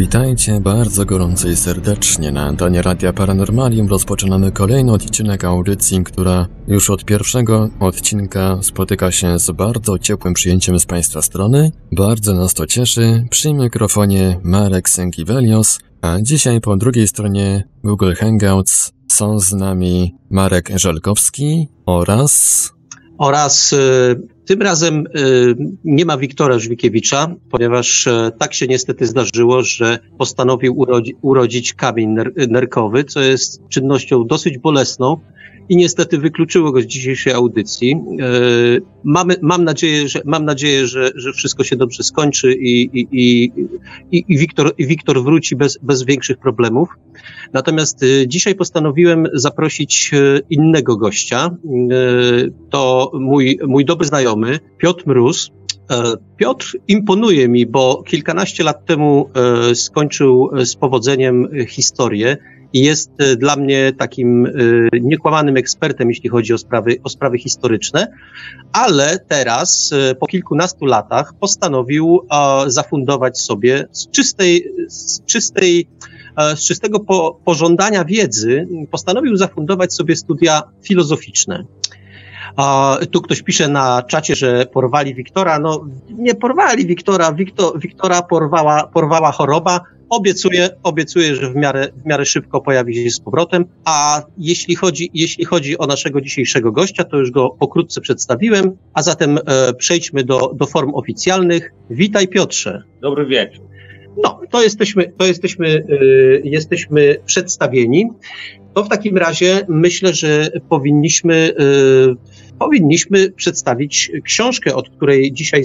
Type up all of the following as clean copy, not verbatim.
Witajcie bardzo gorąco i serdecznie. Na antenie Radia Paranormalium rozpoczynamy kolejny odcinek audycji, która już od pierwszego odcinka spotyka się z bardzo ciepłym przyjęciem z Państwa strony. Bardzo nas to cieszy. Przy mikrofonie Marek Sękiewelios, a dzisiaj po drugiej stronie Google Hangouts są z nami Marek Żelkowski oraz tym razem nie ma Wiktora Żwikiewicza, ponieważ tak się niestety zdarzyło, że postanowił urodzić kamień nerkowy, co jest czynnością dosyć bolesną i niestety wykluczyło go z dzisiejszej audycji. Mam nadzieję, że wszystko się dobrze skończy i Wiktor wróci bez większych problemów. Natomiast dzisiaj postanowiłem zaprosić innego gościa. To mój dobry znajomy, Piotr Mróz. Piotr imponuje mi, bo kilkanaście lat temu skończył z powodzeniem historię i jest dla mnie takim niekłamanym ekspertem, jeśli chodzi o sprawy historyczne, ale teraz, po kilkunastu latach, postanowił zafundować sobie z czystego pożądania wiedzy, postanowił zafundować sobie studia filozoficzne. Tu ktoś pisze na czacie, że porwali Wiktora. No, nie porwali Wiktora. Wiktora porwała choroba. Obiecuję, że w miarę szybko pojawi się z powrotem. A jeśli chodzi o naszego dzisiejszego gościa, to już go pokrótce przedstawiłem, a zatem przejdźmy do form oficjalnych. Witaj, Piotrze. Dobry wieczór. No, jesteśmy przedstawieni. To w takim razie myślę, że powinniśmy przedstawić książkę, od której dzisiaj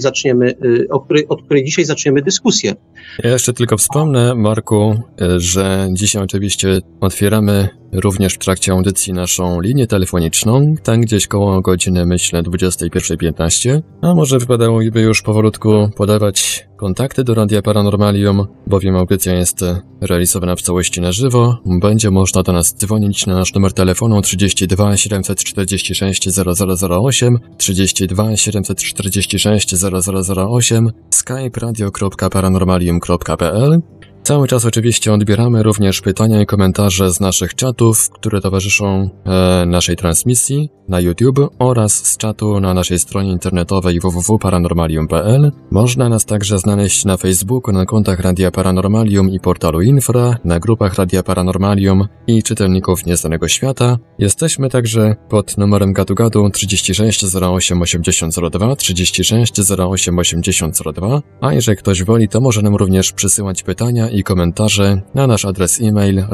zaczniemy dyskusję. Ja jeszcze tylko wspomnę, Marku, że dzisiaj oczywiście otwieramy również w trakcie audycji naszą linię telefoniczną, tam gdzieś koło godziny, myślę, 21:15, a może wypadałoby już powolutku podawać kontakty do Radia Paranormalium, bowiem audycja jest realizowana w całości na żywo. Będzie można do nas dzwonić na nasz numer telefonu 32 746 0008, 32 746 0008, skype radio.paranormalium.pl. Cały czas oczywiście odbieramy również pytania i komentarze z naszych czatów, które towarzyszą naszej transmisji na YouTube oraz z czatu na naszej stronie internetowej www.paranormalium.pl. Można nas także znaleźć na Facebooku, na kontach Radia Paranormalium i portalu Infra, na grupach Radia Paranormalium i czytelników Nieznanego Świata. Jesteśmy także pod numerem gadu 36 08 8002, 36 08 8002, a jeżeli ktoś woli, to może nam również przysyłać pytania i komentarze na nasz adres e-mail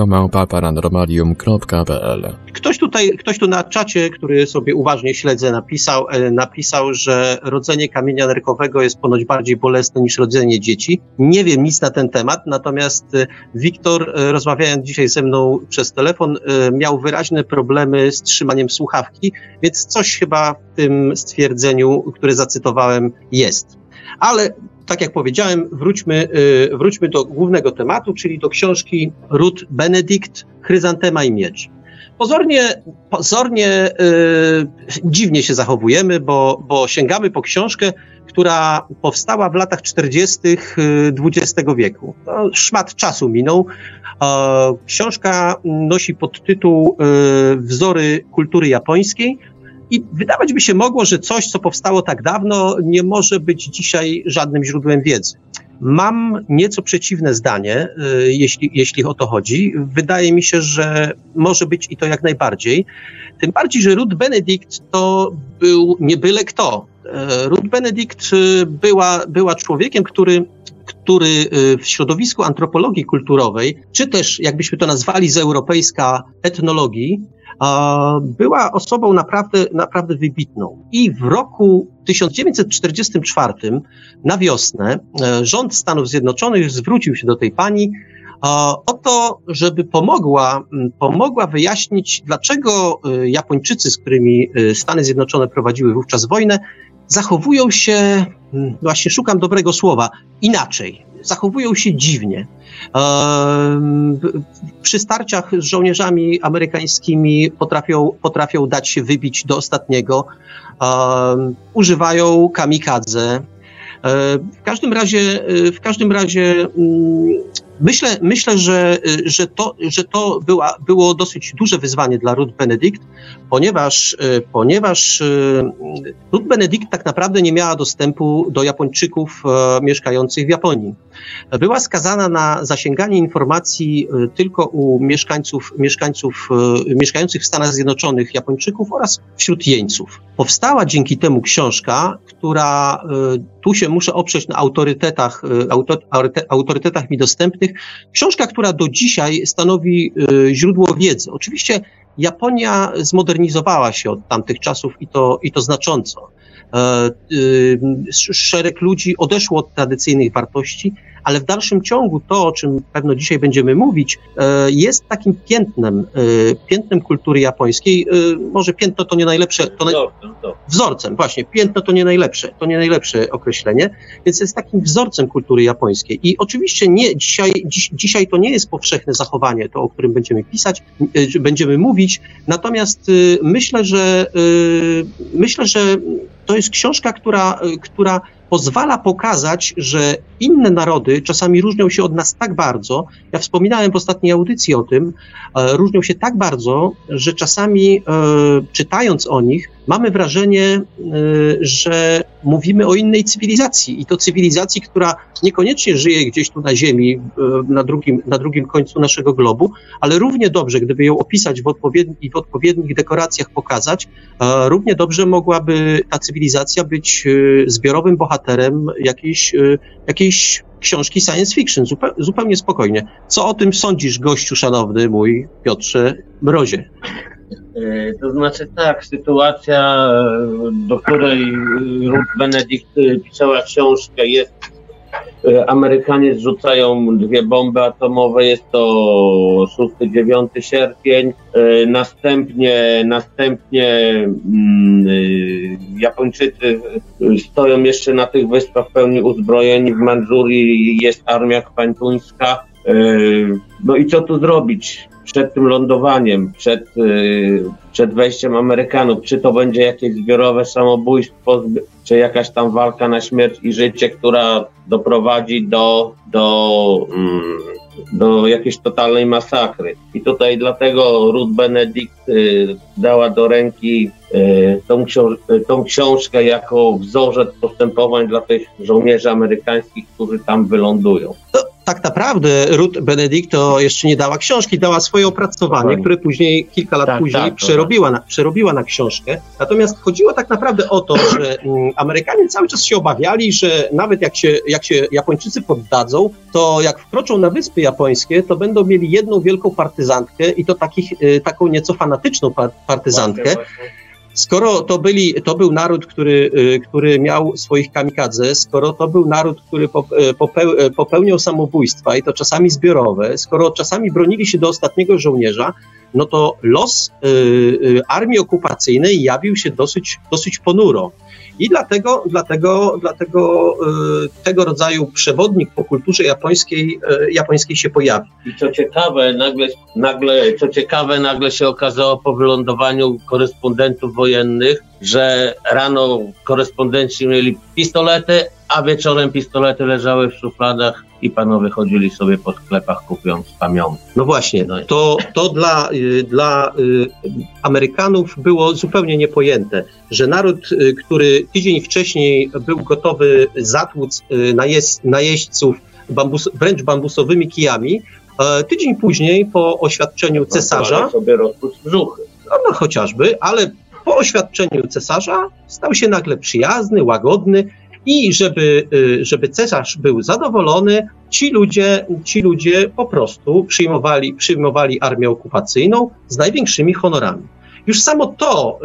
radio@paranormalium.pl. Ktoś tu na czacie, który sobie uważnie śledzę, napisał, że rodzenie kamienia nerkowego jest ponoć bardziej bolesne niż rodzenie dzieci. Nie wiem nic na ten temat, natomiast Wiktor, rozmawiając dzisiaj ze mną przez telefon, miał wyraźne problemy z trzymaniem słuchawki, więc coś chyba w tym stwierdzeniu, które zacytowałem, jest. Ale tak jak powiedziałem, wróćmy do głównego tematu, czyli do książki Ruth Benedict, Chryzantema i miecz. Pozornie dziwnie się zachowujemy, bo sięgamy po książkę, która powstała w latach 40. XX wieku. No, szmat czasu minął. Książka nosi podtytuł Wzory kultury japońskiej. I wydawać by się mogło, że coś, co powstało tak dawno, nie może być dzisiaj żadnym źródłem wiedzy. Mam nieco przeciwne zdanie, jeśli o to chodzi. Wydaje mi się, że może być i to jak najbardziej. Tym bardziej, że Ruth Benedict to był nie byle kto. Ruth Benedict była człowiekiem, który w środowisku antropologii kulturowej, czy też, jakbyśmy to nazwali z europejska, etnologii, była osobą naprawdę wybitną. I w roku 1944 na wiosnę rząd Stanów Zjednoczonych zwrócił się do tej pani o to, żeby pomogła wyjaśnić, dlaczego Japończycy, z którymi Stany Zjednoczone prowadziły wówczas wojnę, zachowują się, właśnie szukam dobrego słowa, inaczej. Zachowują się dziwnie. Przy starciach z żołnierzami amerykańskimi potrafią dać się wybić do ostatniego. Używają kamikadze. W każdym razie myślę, że to było dosyć duże wyzwanie dla Ruth Benedict, ponieważ Ruth Benedict tak naprawdę nie miała dostępu do Japończyków mieszkających w Japonii. Była skazana na zasięganie informacji tylko u mieszkańców mieszkających w Stanach Zjednoczonych Japończyków oraz wśród jeńców. Powstała dzięki temu książka, która, tu się muszę oprzeć na autorytetach mi dostępnych, książka, która do dzisiaj stanowi źródło wiedzy. Oczywiście Japonia zmodernizowała się od tamtych czasów i to znacząco. Szereg ludzi odeszło od tradycyjnych wartości, ale w dalszym ciągu to, o czym pewno dzisiaj będziemy mówić, jest takim piętnem kultury japońskiej. Może piętno to nie najlepsze, wzorcem, właśnie, piętno to nie najlepsze określenie, więc jest takim wzorcem kultury japońskiej. I oczywiście dzisiaj to nie jest powszechne zachowanie, to o którym będziemy mówić, natomiast myślę, że to jest książka, która pozwala pokazać, że inne narody czasami różnią się od nas tak bardzo, ja wspominałem w ostatniej audycji o tym, różnią się tak bardzo, że czasami czytając o nich mamy wrażenie, że mówimy o innej cywilizacji i to cywilizacji, która niekoniecznie żyje gdzieś tu na ziemi, na drugim końcu naszego globu, ale równie dobrze, gdyby ją opisać w odpowiednich dekoracjach pokazać, równie dobrze mogłaby ta cywilizacja być zbiorowym bohaterem jakiejś książki science fiction, zupełnie spokojnie. Co o tym sądzisz, gościu szanowny mój Piotrze Mrozie? To znaczy tak, sytuacja, do której Ruth Benedict pisała książkę, jest, Amerykanie zrzucają 2 bomby atomowe, jest to 6-9 sierpień, następnie Japończycy stoją jeszcze na tych wyspach w pełni uzbrojeni, w Mandżurii jest armia kwantuńska, no i co tu zrobić? Przed tym lądowaniem, przed wejściem Amerykanów, czy to będzie jakieś zbiorowe samobójstwo, czy jakaś tam walka na śmierć i życie, która doprowadzi do jakiejś totalnej masakry. I tutaj dlatego Ruth Benedict dała do ręki tą książkę jako wzorzec postępowań dla tych żołnierzy amerykańskich, którzy tam wylądują. Tak naprawdę Ruth Benedict to jeszcze nie dała książki, dała swoje opracowanie, które później, kilka lat później przerobiła na książkę. Natomiast chodziło tak naprawdę o to, że Amerykanie cały czas się obawiali, że nawet jak się Japończycy poddadzą, to jak wkroczą na Wyspy Japońskie, to będą mieli jedną wielką partyzantkę i to taką nieco fanatyczną partyzantkę. Skoro to był naród, który miał swoich kamikadze, skoro to był naród, który popełniał samobójstwa i to czasami zbiorowe, skoro czasami bronili się do ostatniego żołnierza, no to los armii okupacyjnej jawił się dosyć ponuro. I dlatego tego rodzaju przewodnik po kulturze japońskiej się pojawił. I co ciekawe, nagle się okazało po wylądowaniu korespondentów wojennych, że rano korespondenci mieli pistolety, a wieczorem pistolety leżały w szufladach i panowie chodzili sobie po sklepach kupując pamiątki. No właśnie, to dla Amerykanów było zupełnie niepojęte, że naród, który tydzień wcześniej był gotowy zatłuc najeźdźców wręcz bambusowymi kijami, tydzień później po oświadczeniu cesarza sobie rozpuść brzuchy. No chociażby, ale po oświadczeniu cesarza stał się nagle przyjazny, łagodny i żeby cesarz był zadowolony, ci ludzie po prostu przyjmowali armię okupacyjną z największymi honorami. Już samo to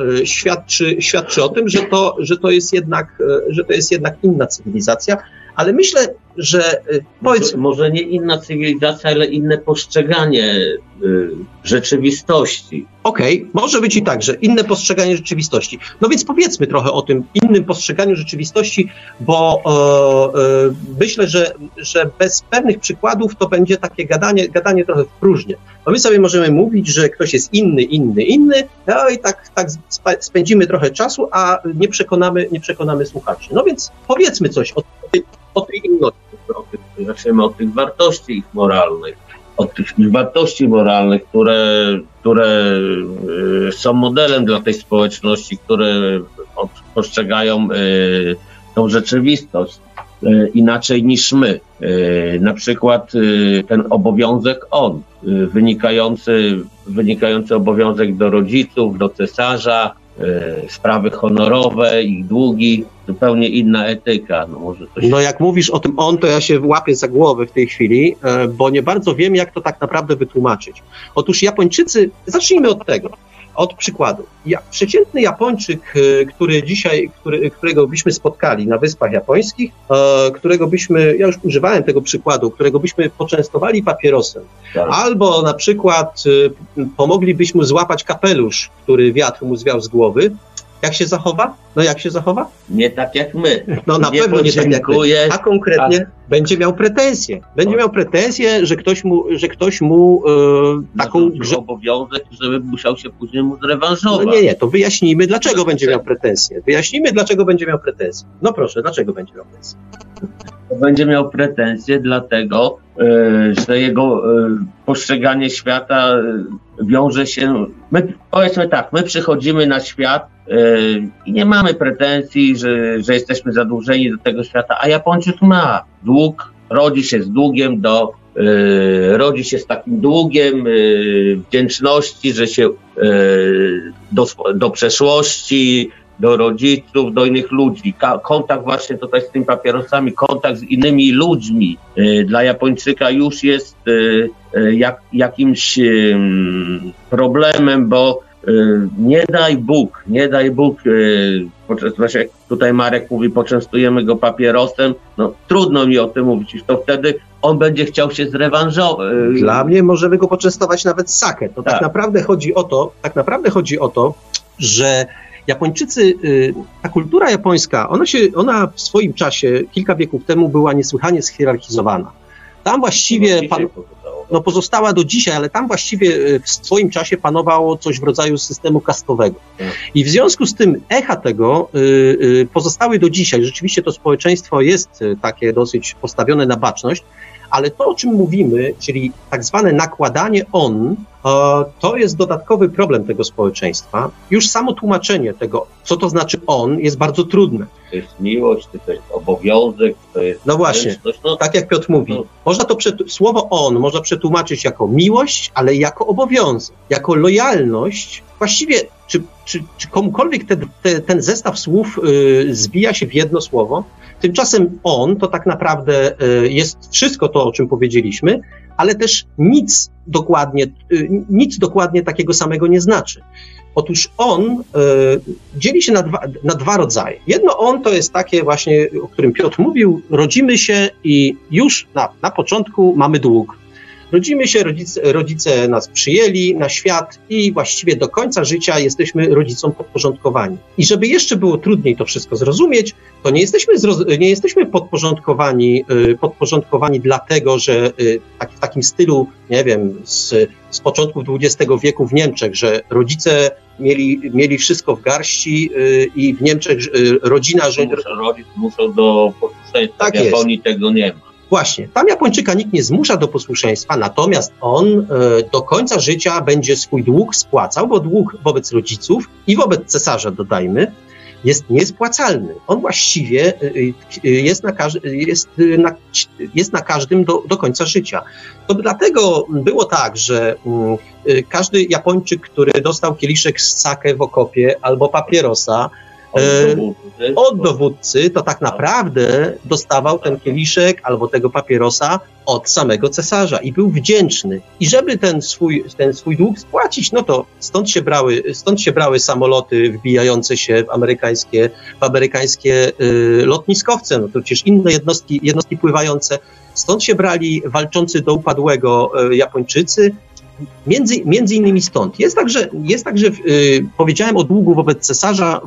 świadczy o tym, że to jest jednak inna cywilizacja, ale myślę, że może nie inna cywilizacja, ale inne postrzeganie rzeczywistości. Okej, może być i tak, że inne postrzeganie rzeczywistości. No więc powiedzmy trochę o tym innym postrzeganiu rzeczywistości, bo myślę, że bez pewnych przykładów to będzie takie gadanie trochę w próżnię. No my sobie możemy mówić, że ktoś jest inny, no i tak spędzimy trochę czasu, a nie przekonamy słuchaczy. No więc powiedzmy coś o tej inności. Zaczniemy od tych wartości ich moralnych. Od tych wartości moralnych, które są modelem dla tej społeczności, które postrzegają tą rzeczywistość inaczej niż my. Na przykład ten obowiązek wynikający obowiązek do rodziców, do cesarza, sprawy honorowe, ich długi, zupełnie inna etyka. No jak mówisz o tym to ja się łapię za głowę w tej chwili, bo nie bardzo wiem, jak to tak naprawdę wytłumaczyć. Otóż Japończycy, zacznijmy od tego, od przykładu. Przeciętny Japończyk, którego byśmy spotkali na Wyspach Japońskich, ja już używałem tego przykładu, którego byśmy poczęstowali papierosem, tak. Albo na przykład pomoglibyśmy złapać kapelusz, który wiatr mu zwiał z głowy. Jak się zachowa? Nie tak jak my. No na pewno nie tak jak my. A konkretnie będzie miał pretensje. Że ktoś mu taką obowiązek, żeby musiał się później mu zrewanżować. No nie, to wyjaśnijmy, dlaczego będzie miał pretensje. No proszę, dlaczego będzie miał pretensje? Będzie miał pretensje dlatego, że jego postrzeganie świata wiąże się... Powiedzmy tak, my przychodzimy na świat i nie mamy pretensji, że jesteśmy zadłużeni do tego świata, a Japończyk ma dług, rodzi się z długiem rodzi się z takim długiem wdzięczności, że się do przeszłości, do rodziców, do innych ludzi. Kontakt właśnie tutaj z tymi papierosami, kontakt z innymi ludźmi dla Japończyka już jest jakimś problemem, bo nie daj Bóg, jak tutaj Marek mówi, poczęstujemy go papierosem, no trudno mi o tym mówić, to wtedy on będzie chciał się zrewanżować. Dla mnie możemy go poczęstować nawet sake. To tak naprawdę chodzi o to, że Japończycy, ta kultura japońska, ona w swoim czasie, kilka wieków temu, była niesłychanie schierarchizowana. Tam właściwie pozostała do dzisiaj, ale tam właściwie w swoim czasie panowało coś w rodzaju systemu kastowego. I w związku z tym echa tego pozostały do dzisiaj. Rzeczywiście to społeczeństwo jest takie dosyć postawione na baczność, ale to, o czym mówimy, czyli tak zwane nakładanie to jest dodatkowy problem tego społeczeństwa. Już samo tłumaczenie tego, co to znaczy jest bardzo trudne. To jest miłość, to jest obowiązek, to jest... No właśnie, tak jak Piotr mówi, słowo można przetłumaczyć jako miłość, ale jako obowiązek, jako lojalność. Właściwie, czy komukolwiek ten zestaw słów zbija się w jedno słowo? Tymczasem to tak naprawdę jest wszystko to, o czym powiedzieliśmy, ale też nic dokładnie takiego samego nie znaczy. Otóż dzieli się na dwa rodzaje. Jedno to jest takie właśnie, o którym Piotr mówił, rodzimy się i już na początku mamy dług. Rodzimy się, rodzice nas przyjęli na świat i właściwie do końca życia jesteśmy rodzicom podporządkowani. I żeby jeszcze było trudniej to wszystko zrozumieć, to nie jesteśmy podporządkowani dlatego, że w takim stylu, nie wiem, z początków XX wieku w Niemczech, że rodzice mieli wszystko w garści i w Niemczech rodzina... Rodzice muszą do posłuszeństwa, tak w Japonii tego nie ma. Właśnie, tam Japończyka nikt nie zmusza do posłuszeństwa, natomiast on do końca życia będzie swój dług spłacał, bo dług wobec rodziców i wobec cesarza, dodajmy, jest niespłacalny. On właściwie jest na każdym do końca życia. To dlatego było tak, że każdy Japończyk, który dostał kieliszek z sake w okopie albo papierosa, od dowódcy, to tak naprawdę dostawał ten kieliszek albo tego papierosa od samego cesarza i był wdzięczny. I żeby ten swój dług spłacić, no to stąd się brały samoloty wbijające się w amerykańskie lotniskowce, no to przecież inne jednostki pływające, stąd się brali walczący do upadłego Japończycy, między innymi stąd. Jest tak, że powiedziałem o długu wobec cesarza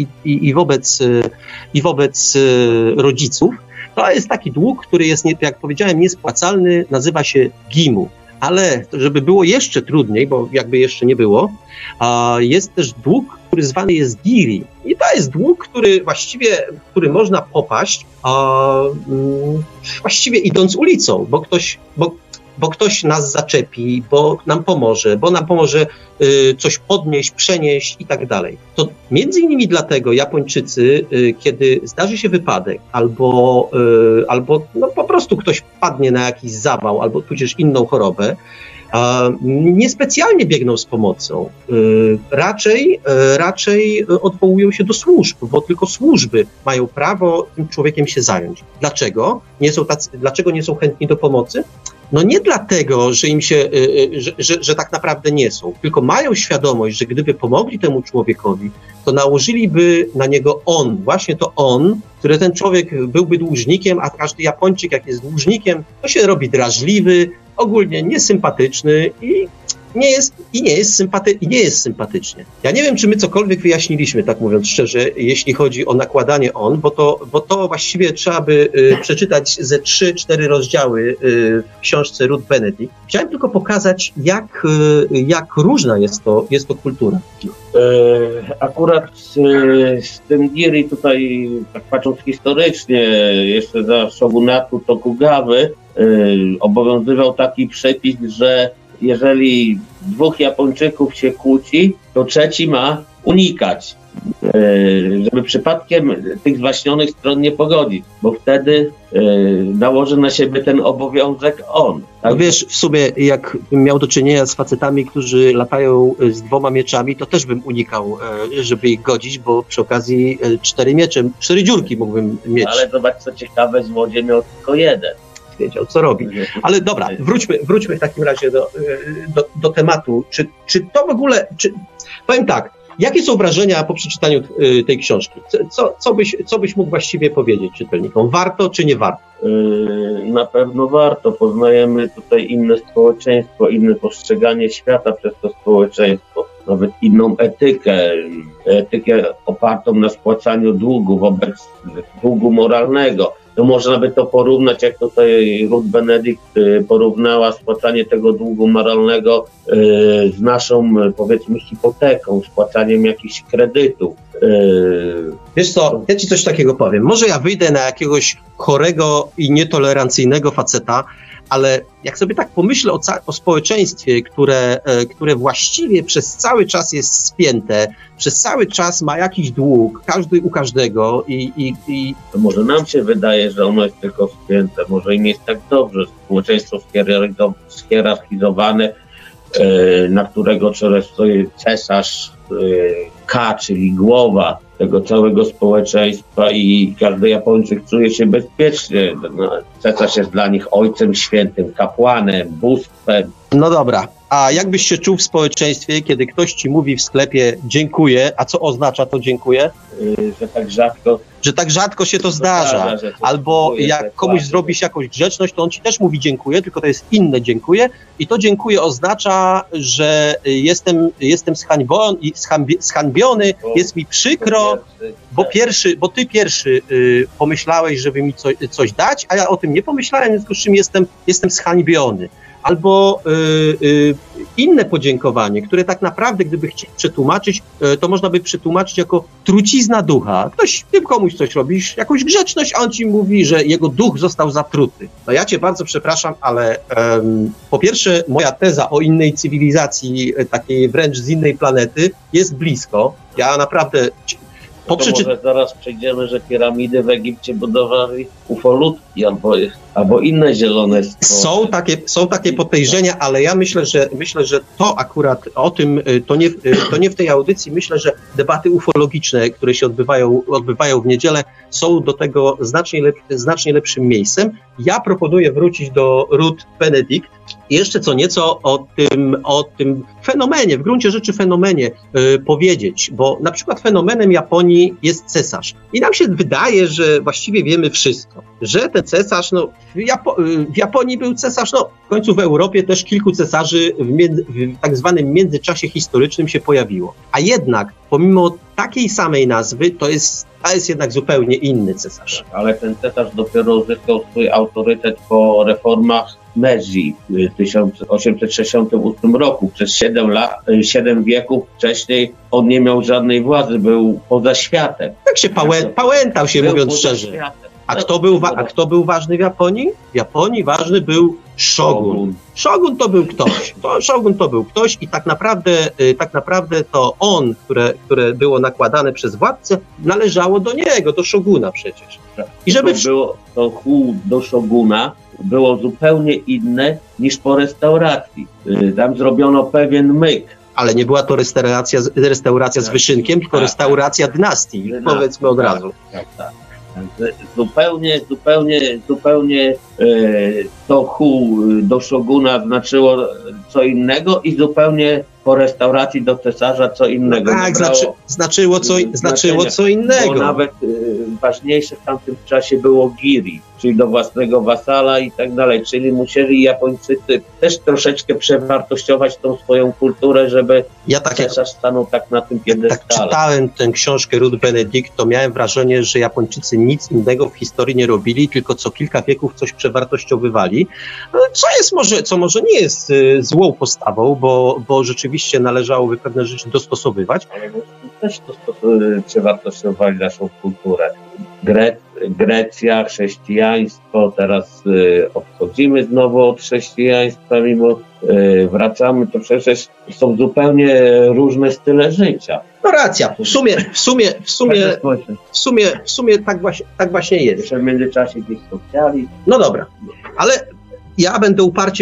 i wobec rodziców. To jest taki dług, który jest, jak powiedziałem, niespłacalny, nazywa się gimu. Ale żeby było jeszcze trudniej, bo jakby jeszcze nie było, jest też dług, który zwany jest giri. I to jest dług, który można popaść właściwie idąc ulicą, bo ktoś nas zaczepi, bo nam pomoże coś podnieść, przenieść i tak dalej. To między innymi dlatego Japończycy, kiedy zdarzy się wypadek albo no po prostu ktoś padnie na jakiś zawał albo tudzież inną chorobę, niespecjalnie biegną z pomocą. Raczej odwołują się do służb, bo tylko służby mają prawo tym człowiekiem się zająć. Dlaczego? Dlaczego nie są chętni do pomocy? No nie dlatego, że im się, że tak naprawdę nie są, tylko mają świadomość, że gdyby pomogli temu człowiekowi, to nałożyliby na niego właśnie to który ten człowiek byłby dłużnikiem, a każdy Japończyk, jak jest dłużnikiem, to się robi drażliwy, ogólnie niesympatyczny i nie jest sympatycznie. Ja nie wiem, czy my cokolwiek wyjaśniliśmy, tak mówiąc szczerze, jeśli chodzi o nakładanie bo to właściwie trzeba by przeczytać ze 3-4 rozdziały w książce Ruth Benedict. Chciałem tylko pokazać, jak różna jest to kultura. Akurat z tym giri tutaj, tak patrząc historycznie, jeszcze za shogunatu Tokugawy obowiązywał taki przepis, że jeżeli 2 Japończyków się kłóci, to trzeci ma unikać, żeby przypadkiem tych zwaśnionych stron nie pogodzić, bo wtedy nałoży na siebie ten obowiązek on. Tak? No wiesz, w sumie jak bym miał do czynienia z facetami, którzy latają z 2 mieczami, to też bym unikał, żeby ich godzić, bo przy okazji 4 miecze, 4 dziurki mógłbym mieć. Ale zobacz, co ciekawe, złodziej miał tylko 1. Wiedział, co robi. Ale dobra, wróćmy w takim razie do tematu. Czy to w ogóle, powiem tak, jakie są wrażenia po przeczytaniu tej książki? Co byś mógł właściwie powiedzieć czytelnikom? Warto czy nie warto? Na pewno warto. Poznajemy tutaj inne społeczeństwo, inne postrzeganie świata przez to społeczeństwo. Nawet inną etykę opartą na spłacaniu długu wobec długu moralnego. To można by to porównać, jak tutaj Ruth Benedict porównała spłacanie tego długu moralnego z naszą, powiedzmy, hipoteką, spłacaniem jakichś kredytów. Wiesz co, ja ci coś takiego powiem. Może ja wyjdę na jakiegoś chorego i nietolerancyjnego faceta, ale jak sobie tak pomyślę o społeczeństwie, które właściwie przez cały czas jest spięte, przez cały czas ma jakiś dług, każdy u każdego i... To może nam się wydaje, że ono jest tylko spięte, może im jest tak dobrze, społeczeństwo schierarchizowane, na którego czele stoi cesarz K, czyli głowa tego całego społeczeństwa i każdy Japończyk czuje się bezpiecznie. No, cesarz jest dla nich ojcem świętym, kapłanem, bóstwem. No dobra, a jak byś się czuł w społeczeństwie, kiedy ktoś ci mówi w sklepie dziękuję, a co oznacza to dziękuję? Że tak rzadko się to zdarza. Albo jak komuś zrobisz jakąś grzeczność, to on ci też mówi dziękuję, tylko to jest inne dziękuję i to dziękuję oznacza, że jestem zhańbiony, jest mi przykro, bo ty pierwszy pomyślałeś, żeby mi coś dać, a ja o tym nie pomyślałem, w związku z czym jestem zhańbiony. Albo inne podziękowanie, które tak naprawdę, gdyby chcieć przetłumaczyć, to można by przetłumaczyć jako trucizna ducha. Ty komuś coś robisz, jakąś grzeczność, a on ci mówi, że jego duch został zatruty. No ja cię bardzo przepraszam, ale po pierwsze moja teza o innej cywilizacji, takiej wręcz z innej planety, jest blisko. Ja naprawdę może zaraz przejdziemy, że piramidy w Egipcie budowali ufolutki albo inne zielone stwory. Są takie podejrzenia, ale ja myślę, że to akurat o tym, to nie w tej audycji. Myślę, że debaty ufologiczne, które się odbywają w niedzielę, są do tego znacznie lepszym miejscem. Ja proponuję wrócić do Ruth Benedict i jeszcze co nieco o tym fenomenie, w gruncie rzeczy fenomenie powiedzieć, bo na przykład fenomenem Japonii jest cesarz. I nam się wydaje, że właściwie wiemy wszystko, że ten cesarz, w Japonii był cesarz, w końcu w Europie też kilku cesarzy w tak zwanym międzyczasie historycznym się pojawiło. A jednak, pomimo takiej samej nazwy, to jest jednak zupełnie inny cesarz. Ale ten cesarz dopiero uzyskał swój autorytet po reformach Meiji w 1868 roku. Przez 7 wieków wcześniej on nie miał żadnej władzy, był poza światem. Tak się pałętał się, mówiąc szczerze. Światem. A kto był ważny w Japonii? W Japonii ważny był szogun. Szogun to był ktoś. Szogun to był ktoś i tak naprawdę to on, które było nakładane przez władcę, należało do niego, do szoguna przecież. I żeby to hu do szoguna było zupełnie inne niż po restauracji. Tam zrobiono pewien myk. Ale nie była to restauracja z wyszynkiem, tylko restauracja dynastii, powiedzmy od razu. Tak. Zupełnie to hu do szoguna znaczyło co innego i zupełnie po restauracji do cesarza co innego. Tak, znaczyło co innego. Bo nawet ważniejsze w tamtym czasie było giri, czyli do własnego wasala i tak dalej. Czyli musieli Japończycy też troszeczkę przewartościować tą swoją kulturę, żeby cesarz stanął tak na tym piedestale. Tak czytałem tę książkę Ruth Benedict, to miałem wrażenie, że Japończycy nic innego w historii nie robili, tylko co kilka wieków coś przewartościowywali. Co może nie jest złą postawą, bo rzeczywiście należałoby pewne rzeczy dostosowywać. Ale też przewartościowali naszą kulturę. Grecja, chrześcijaństwo, teraz odchodzimy znowu od chrześcijaństwa, mimo wracamy, to przecież są zupełnie różne style życia. No racja, w sumie tak właśnie jest. Jeszcze w międzyczasie gdzieś socjalizm. No dobra, ale ja będę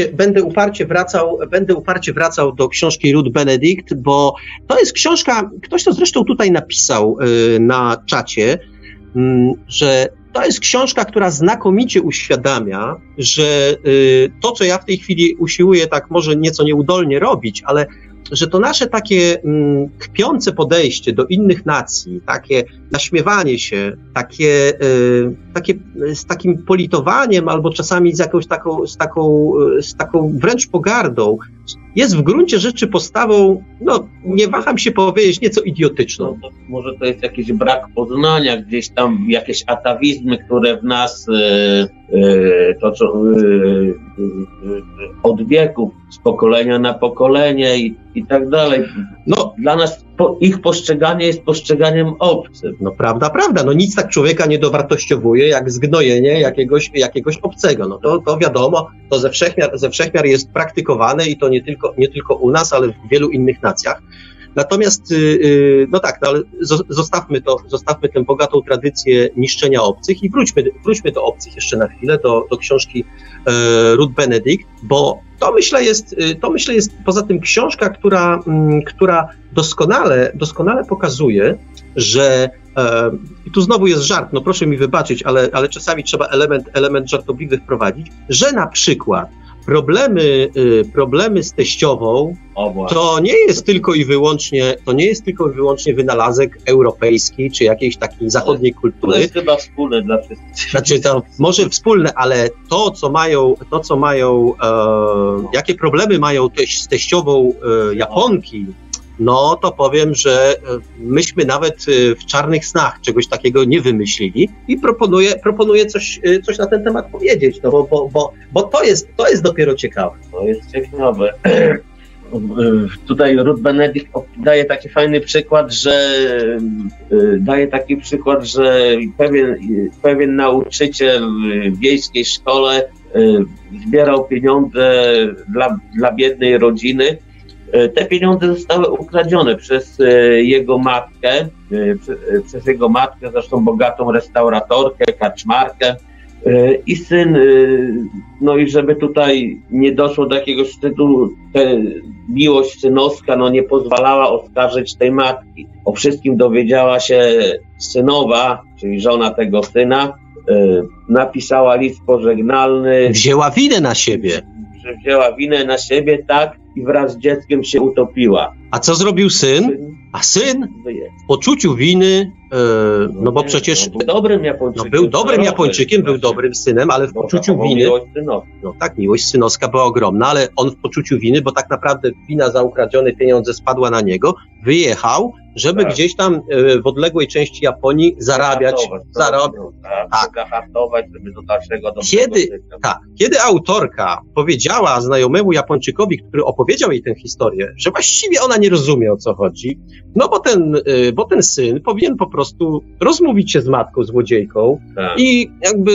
uparcie wracał do książki Ruth Benedict, bo to jest książka, ktoś to zresztą tutaj napisał na czacie, że to jest książka, która znakomicie uświadamia, że to, co ja w tej chwili usiłuję tak może nieco nieudolnie robić, ale że to nasze takie kpiące podejście do innych nacji, takie naśmiewanie się, takie z takim politowaniem albo czasami z taką wręcz pogardą, jest w gruncie rzeczy postawą, nie waham się powiedzieć, nieco idiotyczną. No, może to jest jakiś brak poznania, gdzieś tam jakieś atawizmy, które w nas od wieków, z pokolenia na pokolenie i tak dalej. No, dla nas ich postrzeganie jest postrzeganiem obcym. No prawda. No nic tak człowieka nie dowartościowuje, jak zgnojenie jakiegoś obcego. No to wiadomo, to ze wszechmiar jest praktykowane i to nie tylko u nas, ale w wielu innych nacjach. Natomiast, ale zostawmy tę bogatą tradycję niszczenia obcych i wróćmy do obcych jeszcze na chwilę, do książki Ruth Benedict, bo to myślę jest poza tym książka, która doskonale pokazuje, że i tu znowu jest żart, no proszę mi wybaczyć, ale czasami trzeba element żartobliwy wprowadzić, że na przykład problemy z teściową to nie jest tylko i wyłącznie wynalazek europejski czy jakiejś takiej zachodniej kultury. To jest chyba wspólne dla wszystkich. Znaczy to może wspólne, ale jakie problemy mają z teściową Japonki, no to powiem, że myśmy nawet w Czarnych Snach czegoś takiego nie wymyślili i proponuję coś na ten temat powiedzieć, no bo to jest dopiero ciekawe. To jest ciekawe. Tutaj Ruth Benedict daje taki fajny przykład, że pewien nauczyciel w wiejskiej szkole zbierał pieniądze dla biednej rodziny Te pieniądze zostały ukradzione przez jego matkę, zresztą bogatą restauratorkę, kaczmarkę. I syn, no i żeby tutaj nie doszło do jakiegoś wstydu, miłość synowska nie pozwalała oskarżyć tej matki. O wszystkim dowiedziała się synowa, czyli żona tego syna, napisała list pożegnalny. Wzięła winę na siebie. Wzięła winę na siebie, tak, i wraz z dzieckiem się utopiła. A co zrobił syn? A syn w poczuciu winy, no bo przecież był dobrym Japończykiem. No był dobrym Japończykiem, był dobrym synem, ale w poczuciu winy, no tak, miłość synowska była ogromna, ale on w poczuciu winy, bo tak naprawdę wina za ukradzione pieniądze spadła na niego, wyjechał, żeby gdzieś tam w odległej części Japonii zarabiać, zahartować, żeby do dalszego Kiedy autorka powiedziała znajomemu Japończykowi, który opowiedział jej tę historię, że właściwie ona nie rozumie, o co chodzi, no bo ten syn powinien po prostu rozmówić się z matką złodziejką i jakby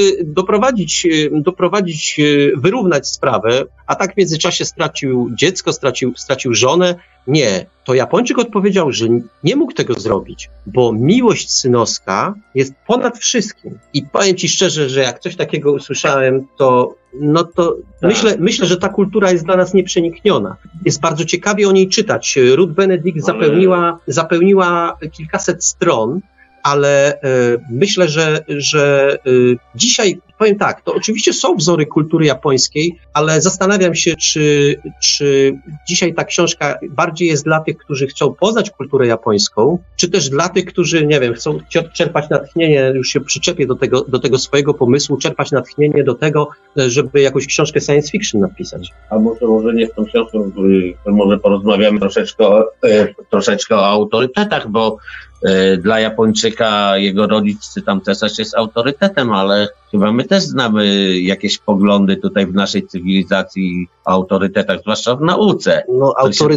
wyrównać sprawę, a tak w międzyczasie stracił dziecko, stracił żonę. Nie, to Japończyk odpowiedział, że nie mógł tego zrobić, bo miłość synowska jest ponad wszystkim. I powiem ci szczerze, że jak coś takiego usłyszałem, to myślę, że ta kultura jest dla nas nieprzenikniona. Jest bardzo ciekawie o niej czytać. Ruth Benedict zapełniła kilkaset stron, ale myślę, że dzisiaj, powiem tak, to oczywiście są wzory kultury japońskiej, ale zastanawiam się, czy dzisiaj ta książka bardziej jest dla tych, którzy chcą poznać kulturę japońską, czy też dla tych, którzy, nie wiem, chcą czerpać natchnienie, już się przyczepię do tego swojego pomysłu, czerpać natchnienie do tego, żeby jakąś książkę science fiction napisać. A może nie z tą książką, może porozmawiamy troszeczkę o autorytetach, bo dla Japończyka jego rodzic, czy tam cesarz jest autorytetem, ale chyba my też znamy jakieś poglądy tutaj w naszej cywilizacji o autorytetach, zwłaszcza w nauce. No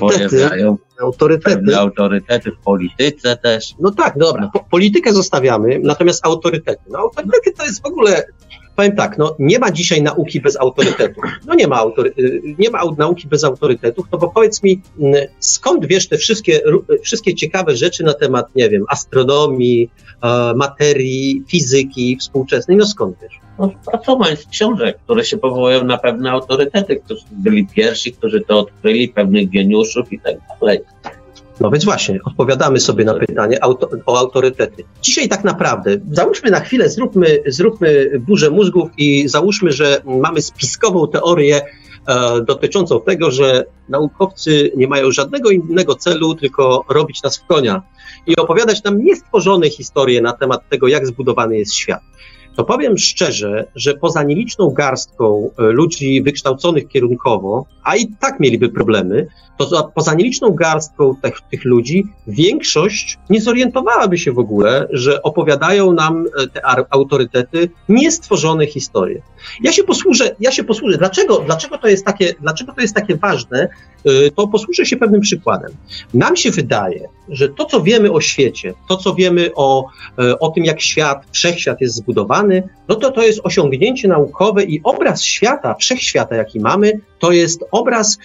autorytety w polityce też. No tak, dobra, politykę zostawiamy, natomiast autorytety. No autorytety to jest w ogóle, powiem tak, nie ma dzisiaj nauki bez autorytetów. No nie ma nauki bez autorytetów, no bo powiedz mi, skąd wiesz te wszystkie ciekawe rzeczy na temat, nie wiem, astronomii, materii, fizyki współczesnej, no skąd wiesz? No, pracowań z książek, które się powołują na pewne autorytety, którzy byli pierwsi, którzy to odkryli, pewnych geniuszów i tak dalej. No więc właśnie, odpowiadamy sobie na pytanie o autorytety. Dzisiaj tak naprawdę, załóżmy na chwilę, zróbmy burzę mózgów i załóżmy, że mamy spiskową teorię dotyczącą tego, że naukowcy nie mają żadnego innego celu, tylko robić nas w konia i opowiadać nam niestworzone historie na temat tego, jak zbudowany jest świat. To powiem szczerze, że poza nieliczną garstką ludzi wykształconych kierunkowo, a i tak mieliby problemy, to poza nieliczną garstką tych ludzi większość nie zorientowałaby się w ogóle, że opowiadają nam te autorytety niestworzone historie. Ja się posłużę. Dlaczego to jest takie ważne? To posłużę się pewnym przykładem. Nam się wydaje, że to, co wiemy o świecie, to, co wiemy o tym, jak wszechświat jest zbudowany, no to jest osiągnięcie naukowe i obraz świata, wszechświata, jaki mamy, to jest obraz,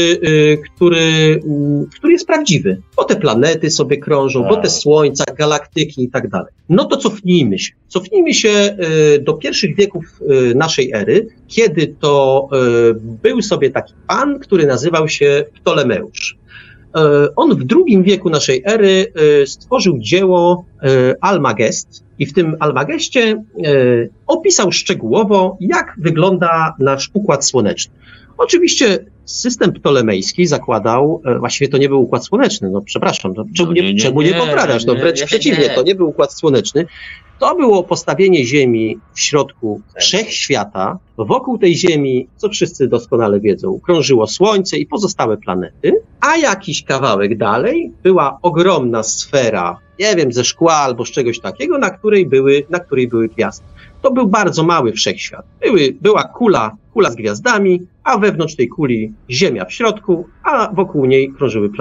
który jest prawdziwy. Bo te planety sobie krążą, bo te słońca, galaktyki i tak dalej. No to cofnijmy się. Cofnijmy się do pierwszych wieków naszej ery, kiedy to był sobie taki pan, który nazywał się Ptolemeusz. On w II wieku naszej ery stworzył dzieło Almagest i w tym Almageście opisał szczegółowo, jak wygląda nasz układ słoneczny. Oczywiście system ptolemejski zakładał, właściwie to nie był układ słoneczny, no przepraszam, czemu nie poprawiasz, no wręcz przeciwnie, to nie był układ słoneczny. To było postawienie Ziemi w środku wszechświata. Wokół tej Ziemi, co wszyscy doskonale wiedzą, krążyło Słońce i pozostałe planety, a jakiś kawałek dalej była ogromna sfera, nie wiem, ze szkła albo z czegoś takiego, na której były gwiazdy. To był bardzo mały wszechświat. Była kula z gwiazdami, a wewnątrz tej kuli Ziemia w środku, a wokół niej krążyły planety.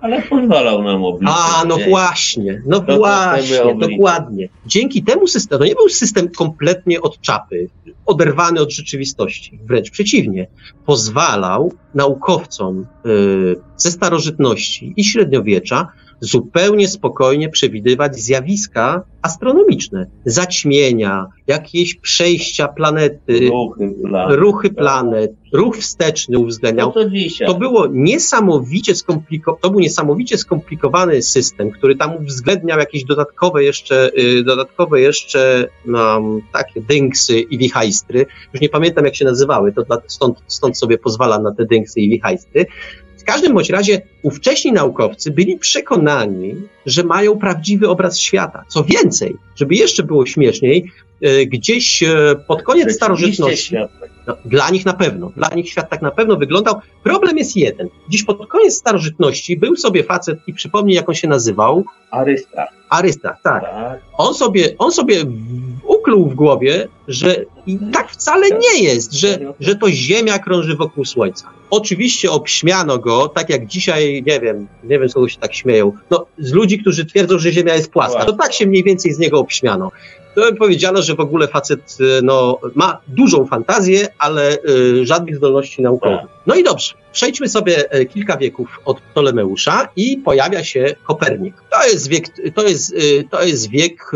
Ale pozwalał nam obliczyć. No właśnie, dokładnie. Dzięki temu systemowi, to nie był system kompletnie od czapy, oderwany od rzeczywistości, wręcz przeciwnie. Pozwalał naukowcom ze starożytności i średniowiecza zupełnie spokojnie przewidywać zjawiska astronomiczne, zaćmienia, jakieś przejścia planety, ruchy planet, ruch wsteczny uwzględniał. To był niesamowicie skomplikowany system, który tam uwzględniał jakieś dodatkowe jeszcze takie dynksy i wichajstry. Już nie pamiętam, jak się nazywały, to stąd sobie pozwalam na te dynksy i wichajstry. W każdym bądź razie ówcześni naukowcy byli przekonani, że mają prawdziwy obraz świata. Co więcej, żeby jeszcze było śmieszniej, gdzieś pod koniec starożytności, dla nich świat tak na pewno wyglądał. Problem jest jeden. Gdzieś pod koniec starożytności był sobie facet i przypomnij, jak on się nazywał. Arystach, tak. On sobie ukluł w głowie, że tak wcale nie jest, że to Ziemia krąży wokół Słońca. Oczywiście obśmiano go, tak jak dzisiaj, nie wiem z kogo się tak śmieją, z ludzi, którzy twierdzą, że Ziemia jest płaska. To tak się mniej więcej z niego obśmiano. Powiedziano, że w ogóle facet ma dużą fantazję, ale żadnych zdolności naukowych. No i dobrze, przejdźmy sobie kilka wieków od Ptolemeusza i pojawia się Kopernik. To jest wiek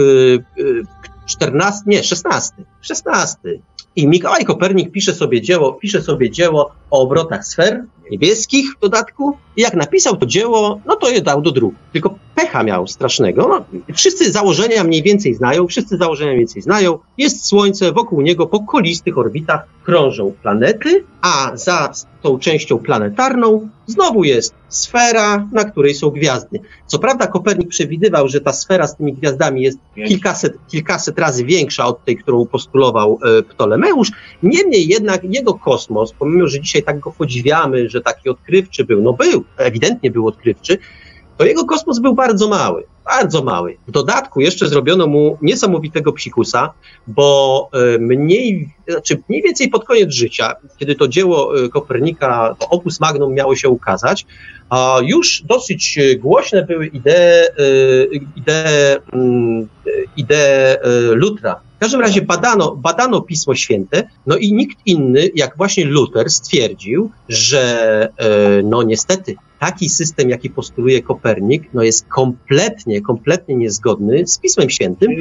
XVI. I Mikołaj Kopernik pisze sobie dzieło o obrotach sfer niebieskich w dodatku i jak napisał to dzieło, to je dał do druku. Tylko pecha miał strasznego. Wszyscy założenia mniej więcej znają. Jest Słońce, wokół niego po kolistych orbitach krążą planety, a za tą częścią planetarną znowu jest sfera, na której są gwiazdy. Co prawda Kopernik przewidywał, że ta sfera z tymi gwiazdami jest kilkaset razy większa od tej, którą postulował Ptolemeusz. Niemniej jednak jego kosmos, pomimo że dzisiaj tak go podziwiamy, że taki odkrywczy był, ewidentnie był odkrywczy, to jego kosmos był bardzo mały. W dodatku jeszcze zrobiono mu niesamowitego psikusa, bo mniej więcej pod koniec życia, kiedy to dzieło Kopernika, to opus magnum miało się ukazać, już dosyć głośne były idee Lutra. W każdym razie badano Pismo Święte, i nikt inny, jak właśnie Luter, stwierdził, że niestety taki system, jaki postuluje Kopernik, jest kompletnie niezgodny z Pismem Świętym.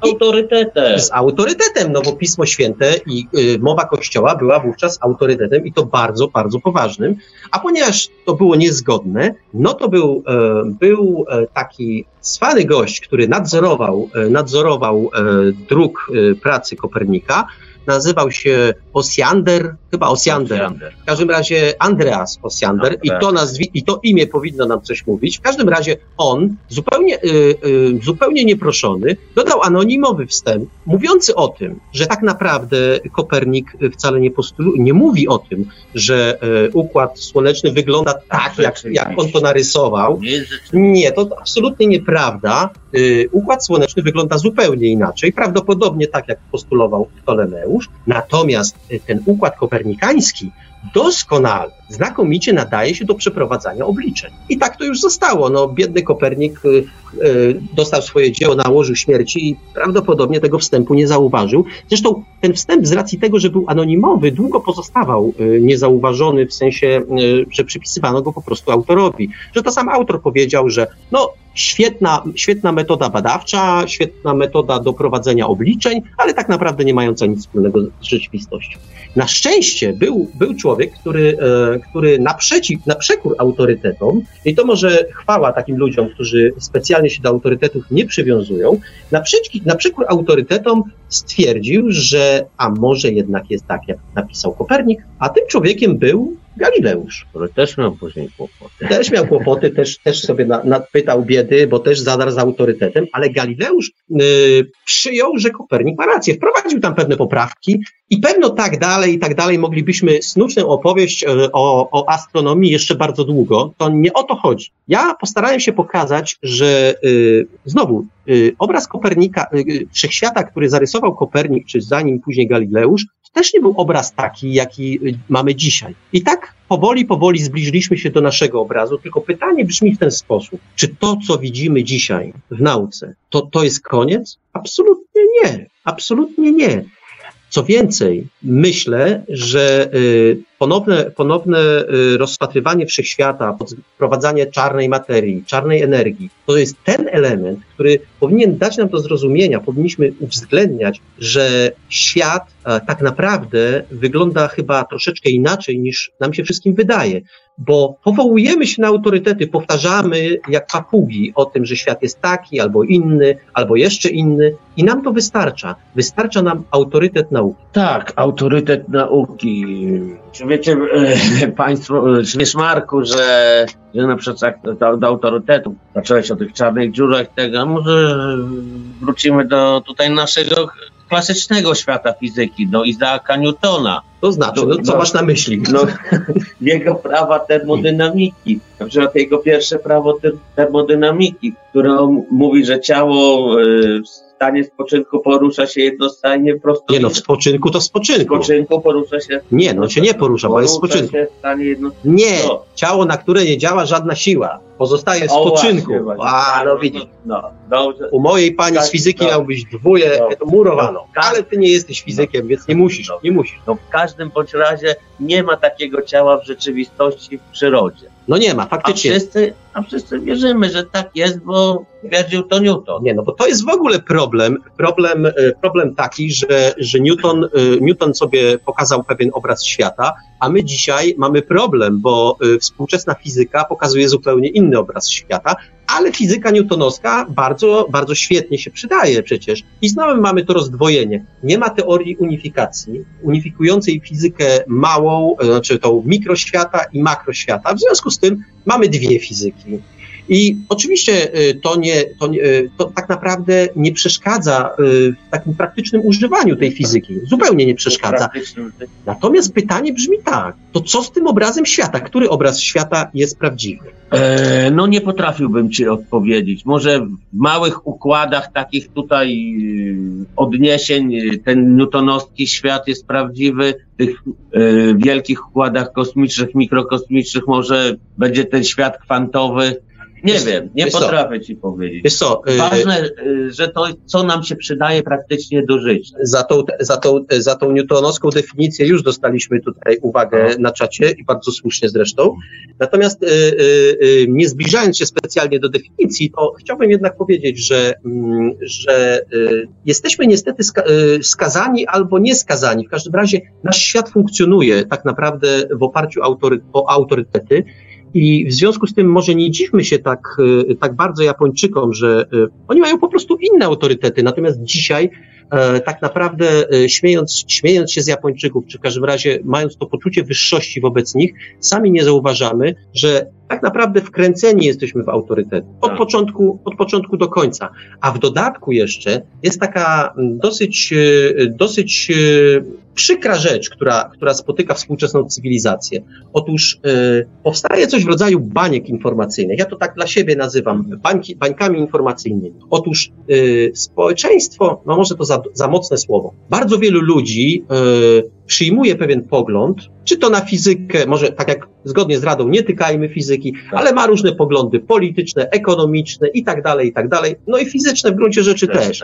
Z autorytetem, bo Pismo Święte i mowa Kościoła była wówczas autorytetem i to bardzo, bardzo poważnym. A ponieważ to było niezgodne, to był taki cwany gość, który nadzorował druk pracy Kopernika. Nazywał się Osiander. W każdym razie Andreas Osiander i to imię powinno nam coś mówić. W każdym razie on, zupełnie nieproszony, dodał anonimowy wstęp, mówiący o tym, że tak naprawdę Kopernik wcale nie mówi o tym, że Układ Słoneczny wygląda tak, jak on to narysował. Nie, to absolutnie nieprawda. Układ Słoneczny wygląda zupełnie inaczej, prawdopodobnie tak, jak postulował Ptolemeusz. Natomiast ten układ kopernikański doskonale, znakomicie nadaje się do przeprowadzania obliczeń. I tak to już zostało. Biedny Kopernik dostał swoje dzieło na łożu śmierci i prawdopodobnie tego wstępu nie zauważył. Zresztą ten wstęp z racji tego, że był anonimowy, długo pozostawał niezauważony, w sensie, że przypisywano go po prostu autorowi. Że to sam autor powiedział, że świetna metoda badawcza, świetna metoda do prowadzenia obliczeń, ale tak naprawdę nie mająca nic wspólnego z rzeczywistością. Na szczęście był człowiek, który na przekór autorytetom, i to może chwała takim ludziom, którzy specjalnie się do autorytetów nie przywiązują, na przekór autorytetom stwierdził, że a może jednak jest tak, jak napisał Kopernik, a tym człowiekiem był Galileusz. Który też miał później kłopoty. Też miał kłopoty, też sobie nadpytał biedy, bo też zadarł z autorytetem, ale Galileusz przyjął, że Kopernik ma rację. Wprowadził tam pewne poprawki I pewno tak dalej moglibyśmy snuć tę opowieść o astronomii jeszcze bardzo długo. To nie o to chodzi. Ja postarałem się pokazać, że znowu obraz Kopernika, wszechświata, który zarysował Kopernik, czy za nim później Galileusz, to też nie był obraz taki, jaki mamy dzisiaj. I tak powoli zbliżyliśmy się do naszego obrazu, tylko pytanie brzmi w ten sposób. Czy to, co widzimy dzisiaj w nauce, to jest koniec? Absolutnie nie. Absolutnie nie. Co więcej, myślę, że ponowne rozpatrywanie wszechświata, wprowadzanie czarnej materii, czarnej energii, to jest ten element, który powinien dać nam do zrozumienia, powinniśmy uwzględniać, że świat tak naprawdę wygląda chyba troszeczkę inaczej, niż nam się wszystkim wydaje, bo powołujemy się na autorytety, powtarzamy jak papugi o tym, że świat jest taki, albo inny, albo jeszcze inny i nam to wystarcza. Wystarcza nam autorytet nauki. Tak, autorytet nauki. Czy wiecie państwo, wiesz Marku, że na przykład do autorytetu, zacząłeś o tych czarnych dziurach tego, może wrócimy do tutaj naszego klasycznego świata fizyki, do Isaaka Newtona. To znaczy, co masz na myśli? Jego prawa termodynamiki, na przykład jego pierwsze prawo termodynamiki, które mówi, że ciało w stanie spoczynku porusza się jednostajnie prosto. Nie no, w spoczynku to w spoczynku. W spoczynku porusza się. Nie, no się nie porusza, bo jest w spoczynku. Się w stanie nie, ciało, na które nie działa żadna siła, pozostaje w spoczynku. No widzisz. No, dobrze. U mojej pani z fizyki miał być murowano, ale ty nie jesteś fizykiem, więc nie musisz. No w każdym bądź razie nie ma takiego ciała w rzeczywistości, w przyrodzie. No nie ma, faktycznie. A wszyscy wierzymy, że tak jest, bo twierdził to Newton. Nie, no bo to jest w ogóle problem taki, że Newton sobie pokazał pewien obraz świata, a my dzisiaj mamy problem, bo współczesna fizyka pokazuje zupełnie inny obraz świata, ale fizyka newtonowska bardzo, bardzo świetnie się przydaje przecież. I znowu mamy to rozdwojenie. Nie ma teorii unifikacji, unifikującej fizykę małą, znaczy tą mikroświata i makroświata. W związku z tym mamy dwie fizyki. I oczywiście to tak naprawdę nie przeszkadza w takim praktycznym używaniu tej fizyki. Zupełnie nie przeszkadza. Natomiast pytanie brzmi tak, to co z tym obrazem świata? Który obraz świata jest prawdziwy? No nie potrafiłbym ci odpowiedzieć. Może w małych układach takich tutaj odniesień ten newtonowski świat jest prawdziwy. W tych wielkich układach kosmicznych, mikrokosmicznych może będzie ten świat kwantowy. Nie wiem, nie potrafię ci powiedzieć. Wiesz co, ważne, że to, co nam się przydaje praktycznie do życia. Za tą newtonowską definicję już dostaliśmy tutaj uwagę na czacie i bardzo słusznie zresztą. Natomiast nie zbliżając się specjalnie do definicji, to chciałbym jednak powiedzieć, że jesteśmy niestety skazani albo nieskazani. W każdym razie nasz świat funkcjonuje tak naprawdę w oparciu o autorytety. I w związku z tym może nie dziwmy się tak bardzo Japończykom, że oni mają po prostu inne autorytety. Natomiast dzisiaj tak naprawdę śmiejąc się z Japończyków, czy w każdym razie mając to poczucie wyższości wobec nich, sami nie zauważamy, że tak naprawdę wkręceni jesteśmy w autorytet. Od początku do końca. A w dodatku jeszcze jest taka dosyć przykra rzecz, która spotyka współczesną cywilizację. Otóż powstaje coś w rodzaju baniek informacyjnych. Ja to tak dla siebie nazywam bańkami informacyjnymi. Otóż społeczeństwo, no może to za mocne słowo, bardzo wielu ludzi przyjmuje pewien pogląd, czy to na fizykę, może tak jak zgodnie z Radą nie tykajmy fizyki, ale ma różne poglądy polityczne, ekonomiczne i tak dalej, no i fizyczne w gruncie rzeczy też.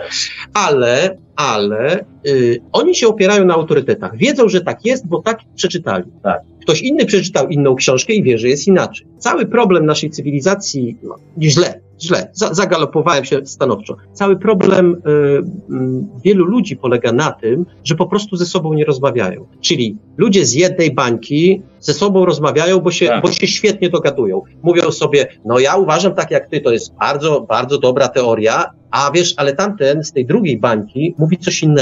Ale oni się opierają na autorytetach. Wiedzą, że tak jest, bo tak przeczytali. Tak. Ktoś inny przeczytał inną książkę i wie, że jest inaczej. Cały problem naszej cywilizacji, źle, zagalopowałem się stanowczo. Cały problem wielu ludzi polega na tym, że po prostu ze sobą nie rozmawiają. Czyli ludzie z jednej bańki ze sobą rozmawiają, bo się świetnie dogadują. Mówią sobie, no ja uważam tak jak ty, to jest bardzo, bardzo dobra teoria, a wiesz, ale tamten z tej drugiej bańki mówi coś innego.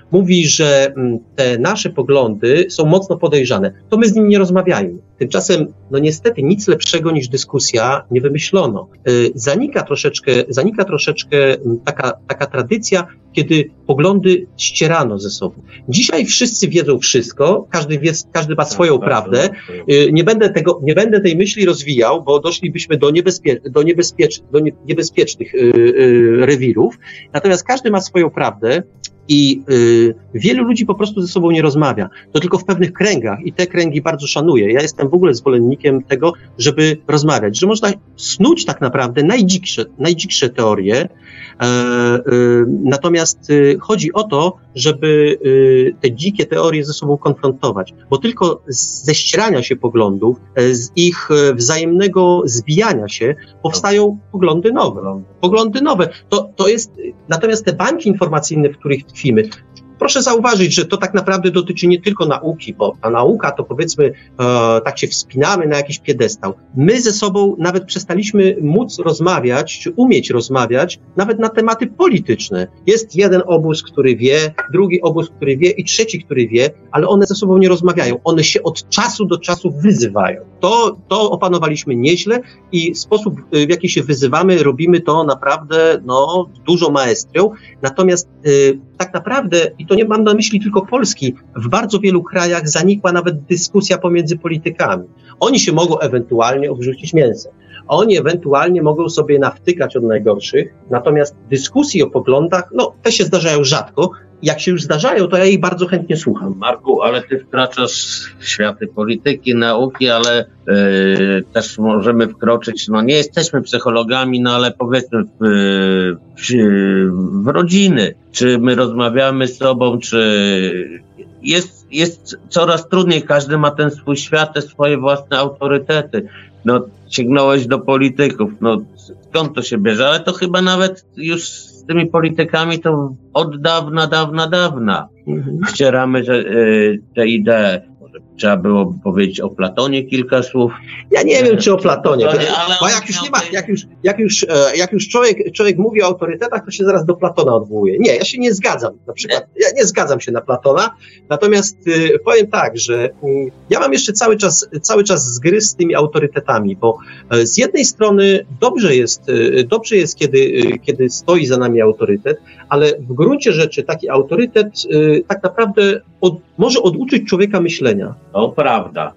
mówi, że te nasze poglądy są mocno podejrzane, to my z nim nie rozmawiajmy. Tymczasem, no niestety, nic lepszego niż dyskusja nie wymyślono. Zanika troszeczkę taka tradycja, kiedy poglądy ścierano ze sobą. Dzisiaj wszyscy wiedzą wszystko, każdy ma swoją prawdę. Nie będę tej myśli rozwijał, bo doszlibyśmy do niebezpiecznych rewirów. Natomiast każdy ma swoją prawdę. I wielu ludzi po prostu ze sobą nie rozmawia. To tylko w pewnych kręgach i te kręgi bardzo szanuję. Ja jestem w ogóle zwolennikiem tego, żeby rozmawiać, że można snuć tak naprawdę najdziksze teorie, natomiast chodzi o to, żeby te dzikie teorie ze sobą konfrontować, bo tylko ze ścierania się poglądów, z ich wzajemnego zbijania się powstają poglądy nowe. To jest, natomiast te bańki informacyjne, w których tkwimy, proszę zauważyć, że to tak naprawdę dotyczy nie tylko nauki, bo ta nauka to powiedzmy tak się wspinamy na jakiś piedestał. My ze sobą nawet przestaliśmy móc rozmawiać, czy umieć rozmawiać nawet na tematy polityczne. Jest jeden obóz, który wie, drugi obóz, który wie i trzeci, który wie, ale one ze sobą nie rozmawiają. One się od czasu do czasu wyzywają. To opanowaliśmy nieźle i sposób, w jaki się wyzywamy, robimy to naprawdę dużo maestrią. Natomiast tak naprawdę, i to nie mam na myśli tylko Polski, w bardzo wielu krajach zanikła nawet dyskusja pomiędzy politykami. Oni się mogą ewentualnie obrzucić mięsem. Oni ewentualnie mogą sobie nawtykać od najgorszych, natomiast dyskusji o poglądach, te się zdarzają rzadko. Jak się już zdarzają, to ja ich bardzo chętnie słucham. Marku, ale ty wkraczasz w światy polityki, nauki, ale też możemy wkroczyć, nie jesteśmy psychologami, ale powiedzmy w rodziny. Czy my rozmawiamy z sobą, czy jest coraz trudniej, każdy ma ten swój świat, te swoje własne autorytety. Sięgnąłeś do polityków, skąd to się bierze? Ale to chyba nawet już z tymi politykami to od dawna ścieramy te idee. Może trzeba było powiedzieć o Platonie kilka słów. Ja nie wiem, czy o Platonie, bo jak już człowiek mówi o autorytetach, to się zaraz do Platona odwołuje. Nie, ja się nie zgadzam. Na przykład, ja nie zgadzam się na Platona, natomiast powiem tak, że ja mam jeszcze cały czas zgryz z tymi autorytetami, bo z jednej strony dobrze jest, kiedy stoi za nami autorytet, ale w gruncie rzeczy taki autorytet tak naprawdę może oduczyć człowieka myślenia. To prawda.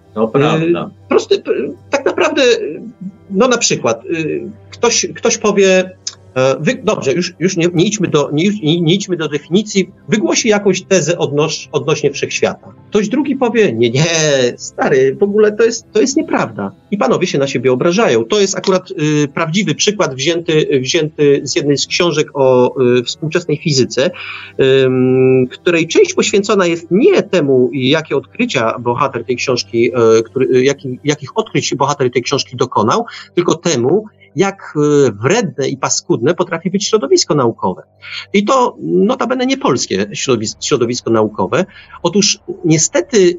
Tak naprawdę, na przykład, ktoś powie, dobrze, już nie idźmy do definicji, wygłosi jakąś tezę odnośnie wszechświata. Ktoś drugi powie, nie, stary, w ogóle to jest nieprawda. I panowie się na siebie obrażają. To jest akurat prawdziwy przykład wzięty z jednej z książek o współczesnej fizyce, której część poświęcona jest nie temu, jakie odkrycia bohater tej książki, jakich odkryć bohater tej książki dokonał, tylko temu, jak wredne i paskudne potrafi być środowisko naukowe. I to notabene nie polskie środowisko naukowe. Otóż niestety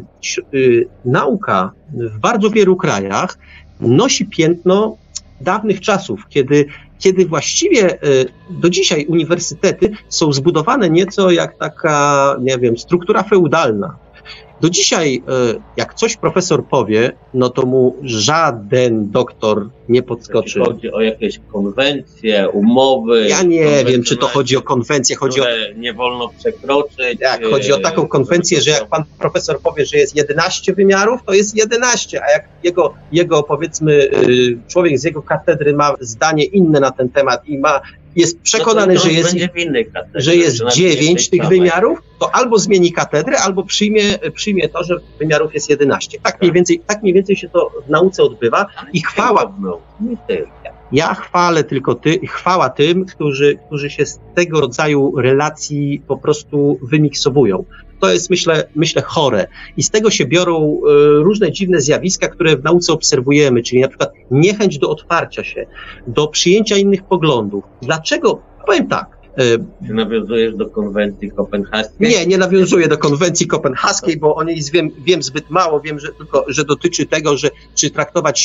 nauka w bardzo wielu krajach nosi piętno dawnych czasów, kiedy właściwie do dzisiaj uniwersytety są zbudowane nieco jak taka, struktura feudalna. Do dzisiaj, jak coś profesor powie, to mu żaden doktor nie podskoczy. Chodzi o jakieś konwencje, umowy. Ja nie wiem, czy to chodzi o konwencję. Które nie wolno przekroczyć. Chodzi o taką konwencję, że jak pan profesor powie, że jest 11 wymiarów, to jest 11, a jak jego powiedzmy, człowiek z jego katedry ma zdanie inne na ten temat i jest przekonany, że jest 9 tych wymiarów, to albo zmieni katedrę, albo przyjmie to, że wymiarów jest 11. Tak mniej więcej się to w nauce odbywa i chwała. Ja chwała tym, którzy się z tego rodzaju relacji po prostu wymiksowują. To jest, myślę, chore. I z tego się biorą różne dziwne zjawiska, które w nauce obserwujemy, czyli na przykład niechęć do otwarcia się, do przyjęcia innych poglądów. Dlaczego? Powiem tak. Czy nawiązujesz do konwencji kopenhaskiej? Nie nawiązuję do konwencji kopenhaskiej, bo o niej wiem zbyt mało. Wiem, że dotyczy tego, czy traktować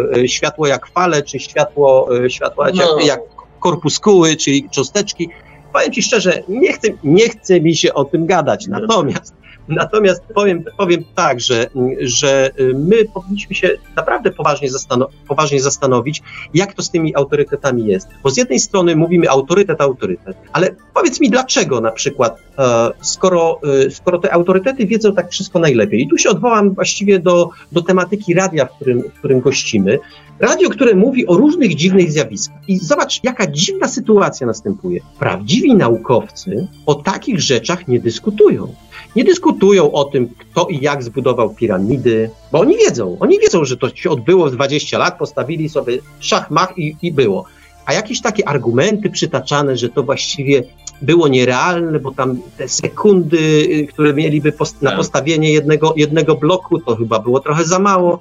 światło jak fale, czy światło jak korpuskuły, czyli cząsteczki. powiem ci szczerze, nie chce mi się o tym gadać, natomiast powiem tak, że my powinniśmy się naprawdę poważnie zastanowić, jak to z tymi autorytetami jest. Bo z jednej strony mówimy autorytet, ale powiedz mi dlaczego na przykład, skoro te autorytety wiedzą tak wszystko najlepiej. I tu się odwołam właściwie do tematyki radia, w którym gościmy. Radio, które mówi o różnych dziwnych zjawiskach. I zobacz, jaka dziwna sytuacja następuje. Prawdziwi naukowcy o takich rzeczach nie dyskutują. Nie dyskutują o tym, kto i jak zbudował piramidy, bo oni wiedzą, że to się odbyło w 20 lat, postawili sobie szach, mach i było. A jakieś takie argumenty przytaczane, że to właściwie było nierealne, bo tam te sekundy, które mieliby na postawienie jednego bloku, to chyba było trochę za mało.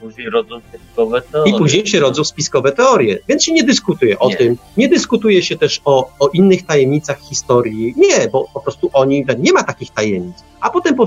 I później się rodzą spiskowe teorie. Więc się nie dyskutuje o tym. Nie dyskutuje się też o innych tajemnicach historii. Nie, bo po prostu nie ma takich tajemnic. A potem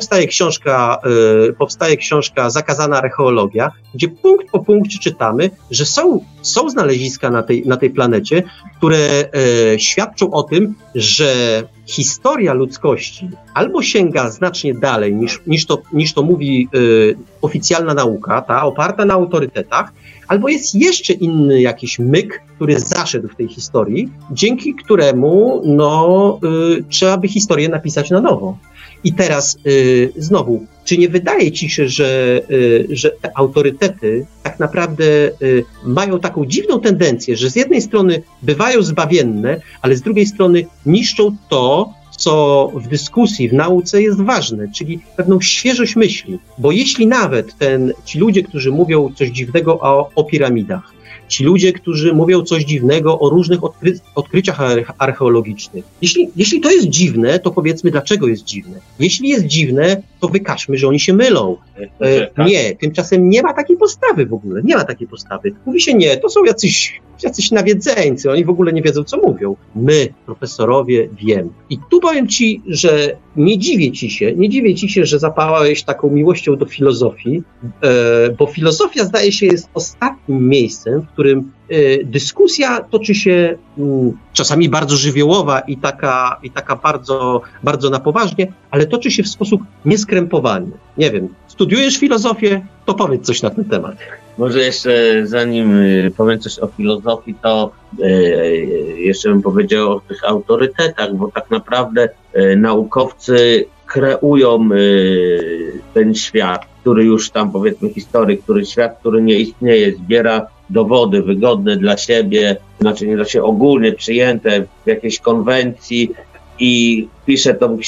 powstaje książka Zakazana archeologia, gdzie punkt po punkcie czytamy, że są znaleziska na tej planecie, które świadczą o tym, że historia ludzkości albo sięga znacznie dalej niż to mówi oficjalna nauka, oparta na autorytetach, albo jest jeszcze inny jakiś myk, który zaszedł w tej historii, dzięki któremu trzeba by historię napisać na nowo. I teraz znowu, czy nie wydaje ci się, że te autorytety tak naprawdę mają taką dziwną tendencję, że z jednej strony bywają zbawienne, ale z drugiej strony niszczą to, co w dyskusji, w nauce jest ważne, czyli pewną świeżość myśli. Bo jeśli nawet ci ludzie, którzy mówią coś dziwnego o piramidach, ci ludzie, którzy mówią coś dziwnego o różnych odkryciach archeologicznych. Jeśli to jest dziwne, to powiedzmy, dlaczego jest dziwne. Jeśli jest dziwne, to wykażmy, że oni się mylą. Nie, tymczasem nie ma takiej postawy w ogóle. Nie ma takiej postawy. Mówi się nie, to są jacyś nawiedzeńcy, oni w ogóle nie wiedzą, co mówią. My, profesorowie, wiemy. I tu powiem ci, że nie dziwię ci się, że zapałałeś taką miłością do filozofii, bo filozofia, zdaje się, jest ostatnim miejscem, w którym dyskusja toczy się czasami bardzo żywiołowa i taka bardzo, bardzo na poważnie, ale toczy się w sposób nieskrępowany. Nie wiem, studiujesz filozofię, to powiedz coś na ten temat. Może jeszcze zanim powiem coś o filozofii, to jeszcze bym powiedział o tych autorytetach, bo tak naprawdę naukowcy kreują ten świat, który już tam, powiedzmy, historyk, świat, który nie istnieje, zbiera dowody wygodne dla siebie, znaczy nie dla siebie, ogólnie przyjęte w jakiejś konwencji i pisze tą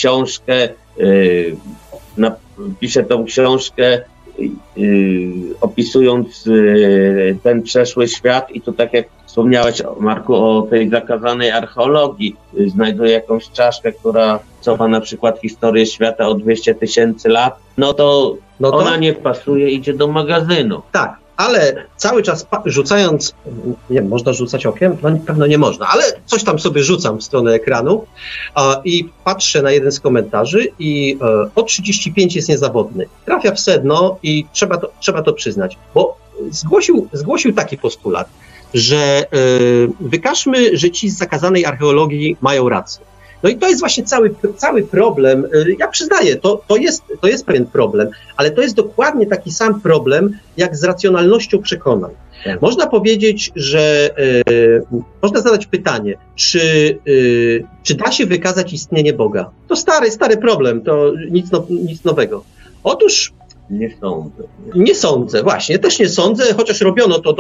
książkę, opisując ten przeszły świat i to tak jak wspomniałeś, Marku, o tej zakazanej archeologii, znajduje jakąś czaszkę, która cofa na przykład historię świata o 200 000 lat, no to ona nie pasuje, idzie do magazynu. Tak, ale cały czas rzucając, nie wiem, można rzucać okiem? No pewno nie można, ale coś tam sobie rzucam w stronę ekranu i patrzę na jeden z komentarzy i O35 jest niezawodny. Trafia w sedno i trzeba to przyznać, bo zgłosił taki postulat, że wykażmy, że ci z zakazanej archeologii mają rację. No i to jest właśnie cały problem. Ja przyznaję, to jest pewien problem, ale to jest dokładnie taki sam problem, jak z racjonalnością przekonań. Można powiedzieć, że można zadać pytanie, czy da się wykazać istnienie Boga? To stary problem, to nic nowego. Otóż nie sądzę, właśnie, też nie sądzę, chociaż robiono to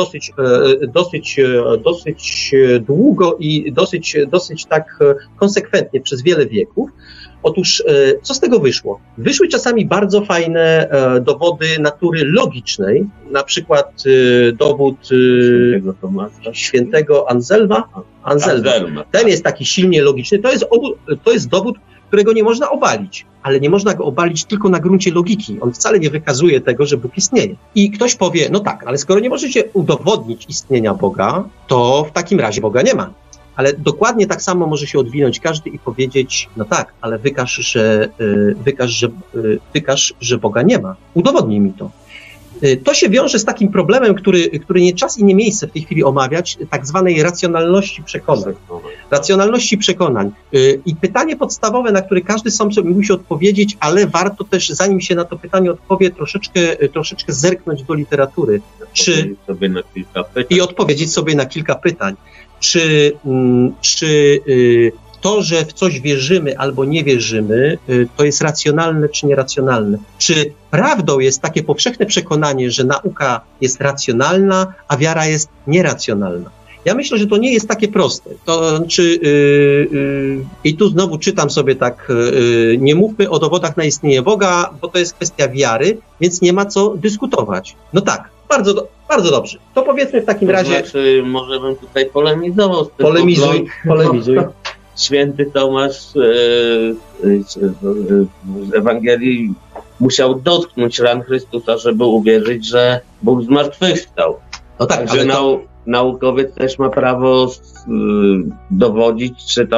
dosyć długo i dosyć tak konsekwentnie przez wiele wieków. Otóż co z tego wyszło? Wyszły czasami bardzo fajne dowody natury logicznej, na przykład dowód świętego Anselma. Ten jest taki silnie logiczny, to jest dowód, którego nie można obalić, ale nie można go obalić tylko na gruncie logiki. On wcale nie wykazuje tego, że Bóg istnieje. I ktoś powie, no tak, ale skoro nie możecie udowodnić istnienia Boga, to w takim razie Boga nie ma. Ale dokładnie tak samo może się odwinąć każdy i powiedzieć, no tak, ale wykaż, że Boga nie ma. Udowodnij mi to. To się wiąże z takim problemem, który nie czas i nie miejsce w tej chwili omawiać, tak zwanej racjonalności przekonań. Racjonalności przekonań. I pytanie podstawowe, na które każdy sam sobie musi odpowiedzieć, ale warto też, zanim się na to pytanie odpowie, troszeczkę zerknąć do literatury. I odpowiedzieć sobie na kilka pytań. Czy to, że w coś wierzymy albo nie wierzymy, to jest racjonalne czy nieracjonalne? Czy prawdą jest takie powszechne przekonanie, że nauka jest racjonalna, a wiara jest nieracjonalna? Ja myślę, że to nie jest takie proste. To znaczy, i tu znowu czytam sobie tak, nie mówmy o dowodach na istnienie Boga, bo to jest kwestia wiary, więc nie ma co dyskutować. No tak, bardzo dobrze. To powiedzmy w takim razie... Znaczy, może bym tutaj polemizował z tym. Polemizuj. Święty Tomasz z Ewangelii musiał dotknąć ran Chrystusa, żeby uwierzyć, że Bóg zmartwychwstał. No tak, że naukowiec też ma prawo dowodzić,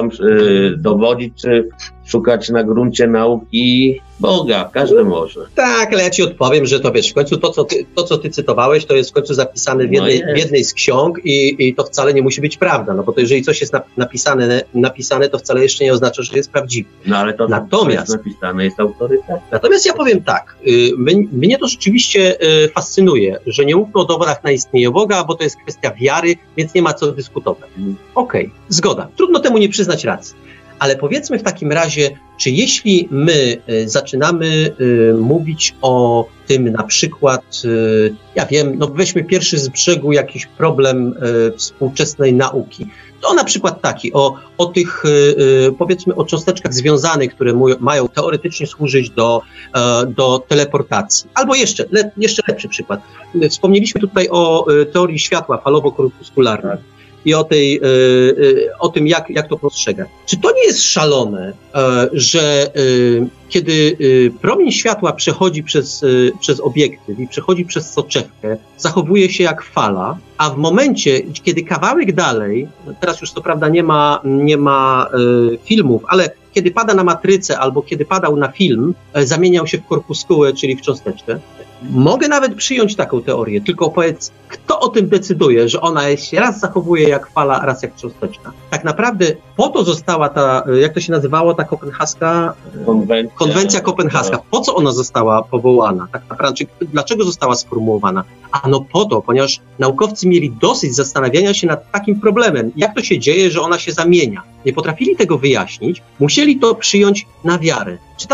czy szukać na gruncie nauki Boga. Każdy może. Tak, ale ja ci odpowiem, że to wiesz, w końcu to, co ty cytowałeś, to jest w końcu zapisane w jednej z ksiąg i to wcale nie musi być prawda, no bo to jeżeli coś jest napisane, to wcale jeszcze nie oznacza, że jest prawdziwe. No ale to, co jest napisane, jest autorytetne. Natomiast ja powiem tak, mnie to rzeczywiście fascynuje, że nie mówmy o dowodach na istnienie Boga, bo to jest kwestia wiary, więc nie ma co dyskutować. Okej, zgoda. Trudno temu nie przyznać racji. Ale powiedzmy w takim razie, czy jeśli my zaczynamy mówić o tym na przykład, ja wiem, no weźmy pierwszy z brzegu jakiś problem współczesnej nauki, to na przykład taki, o tych powiedzmy o cząsteczkach związanych, które mają teoretycznie służyć do teleportacji. Albo jeszcze lepszy przykład. Wspomnieliśmy tutaj o teorii światła falowo-korpuskularnej i o tym, jak to postrzegać. Czy to nie jest szalone, że kiedy promień światła przechodzi przez obiektyw i przechodzi przez soczewkę, zachowuje się jak fala, a w momencie, kiedy kawałek dalej, teraz już to prawda nie ma filmów, ale kiedy pada na matrycę albo kiedy padał na film, zamieniał się w korpuskułę, czyli w cząsteczkę. Mogę nawet przyjąć taką teorię, tylko powiedz, kto o tym decyduje, że ona się raz zachowuje jak fala, raz jak cząsteczna. Tak naprawdę po to została ta, jak to się nazywało, ta kopenhaska konwencja kopenhaska. Po co ona została powołana? Tak naprawdę, dlaczego została sformułowana? Ano po to, ponieważ naukowcy mieli dosyć zastanawiania się nad takim problemem, jak to się dzieje, że ona się zamienia. Nie potrafili tego wyjaśnić, musieli to przyjąć na wiarę. Czy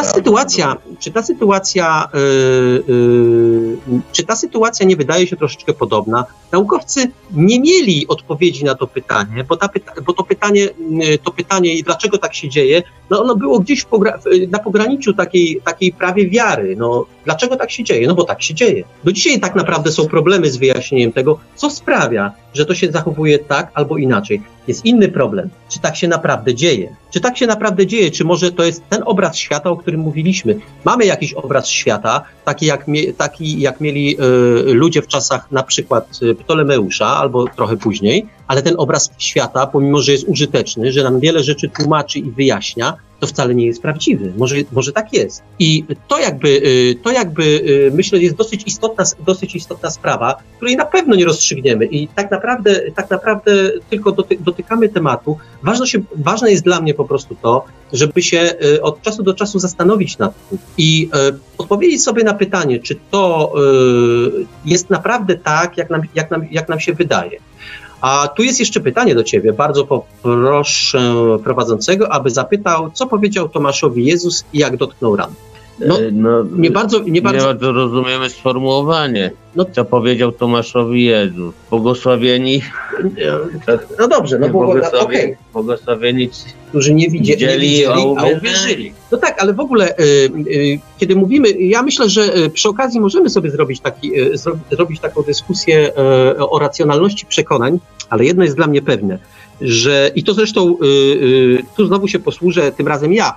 ta sytuacja nie wydaje się troszeczkę podobna? Naukowcy nie mieli odpowiedzi na to pytanie, bo to pytanie i dlaczego tak się dzieje, no ono było gdzieś na pograniczu takiej prawie wiary. No, dlaczego tak się dzieje? No bo tak się dzieje. Do dzisiaj tak naprawdę są problemy z wyjaśnieniem tego, co sprawia, że to się zachowuje tak albo inaczej. Jest inny problem. Czy tak się naprawdę dzieje? Czy może to jest ten obraz świata, o którym mówiliśmy? Mamy jakiś obraz świata, taki jak mieli ludzie w czasach na przykład Ptolemeusza albo trochę później, ale ten obraz świata, pomimo że jest użyteczny, że nam wiele rzeczy tłumaczy i wyjaśnia, to wcale nie jest prawdziwy. Może tak jest. I to jakby myślę, jest dosyć istotna sprawa, której na pewno nie rozstrzygniemy. I tak naprawdę tylko dotykamy tematu. Ważne jest dla mnie po prostu to, żeby się od czasu do czasu zastanowić nad tym i odpowiedzieć sobie na pytanie, czy to jest naprawdę tak, jak nam się wydaje. A tu jest jeszcze pytanie do ciebie. Bardzo poproszę prowadzącego, aby zapytał, co powiedział Tomaszowi Jezus i jak dotknął ran. Nie bardzo rozumiemy sformułowanie. Co powiedział Tomaszowi Jezus. Błogosławieni. No dobrze, błogosławieni, którzy nie widzieli, a uwierzyli. No tak, ale w ogóle, kiedy mówimy, ja myślę, że przy okazji możemy sobie zrobić taką dyskusję o racjonalności przekonań, ale jedno jest dla mnie pewne, że i to zresztą tu znowu się posłużę, tym razem ja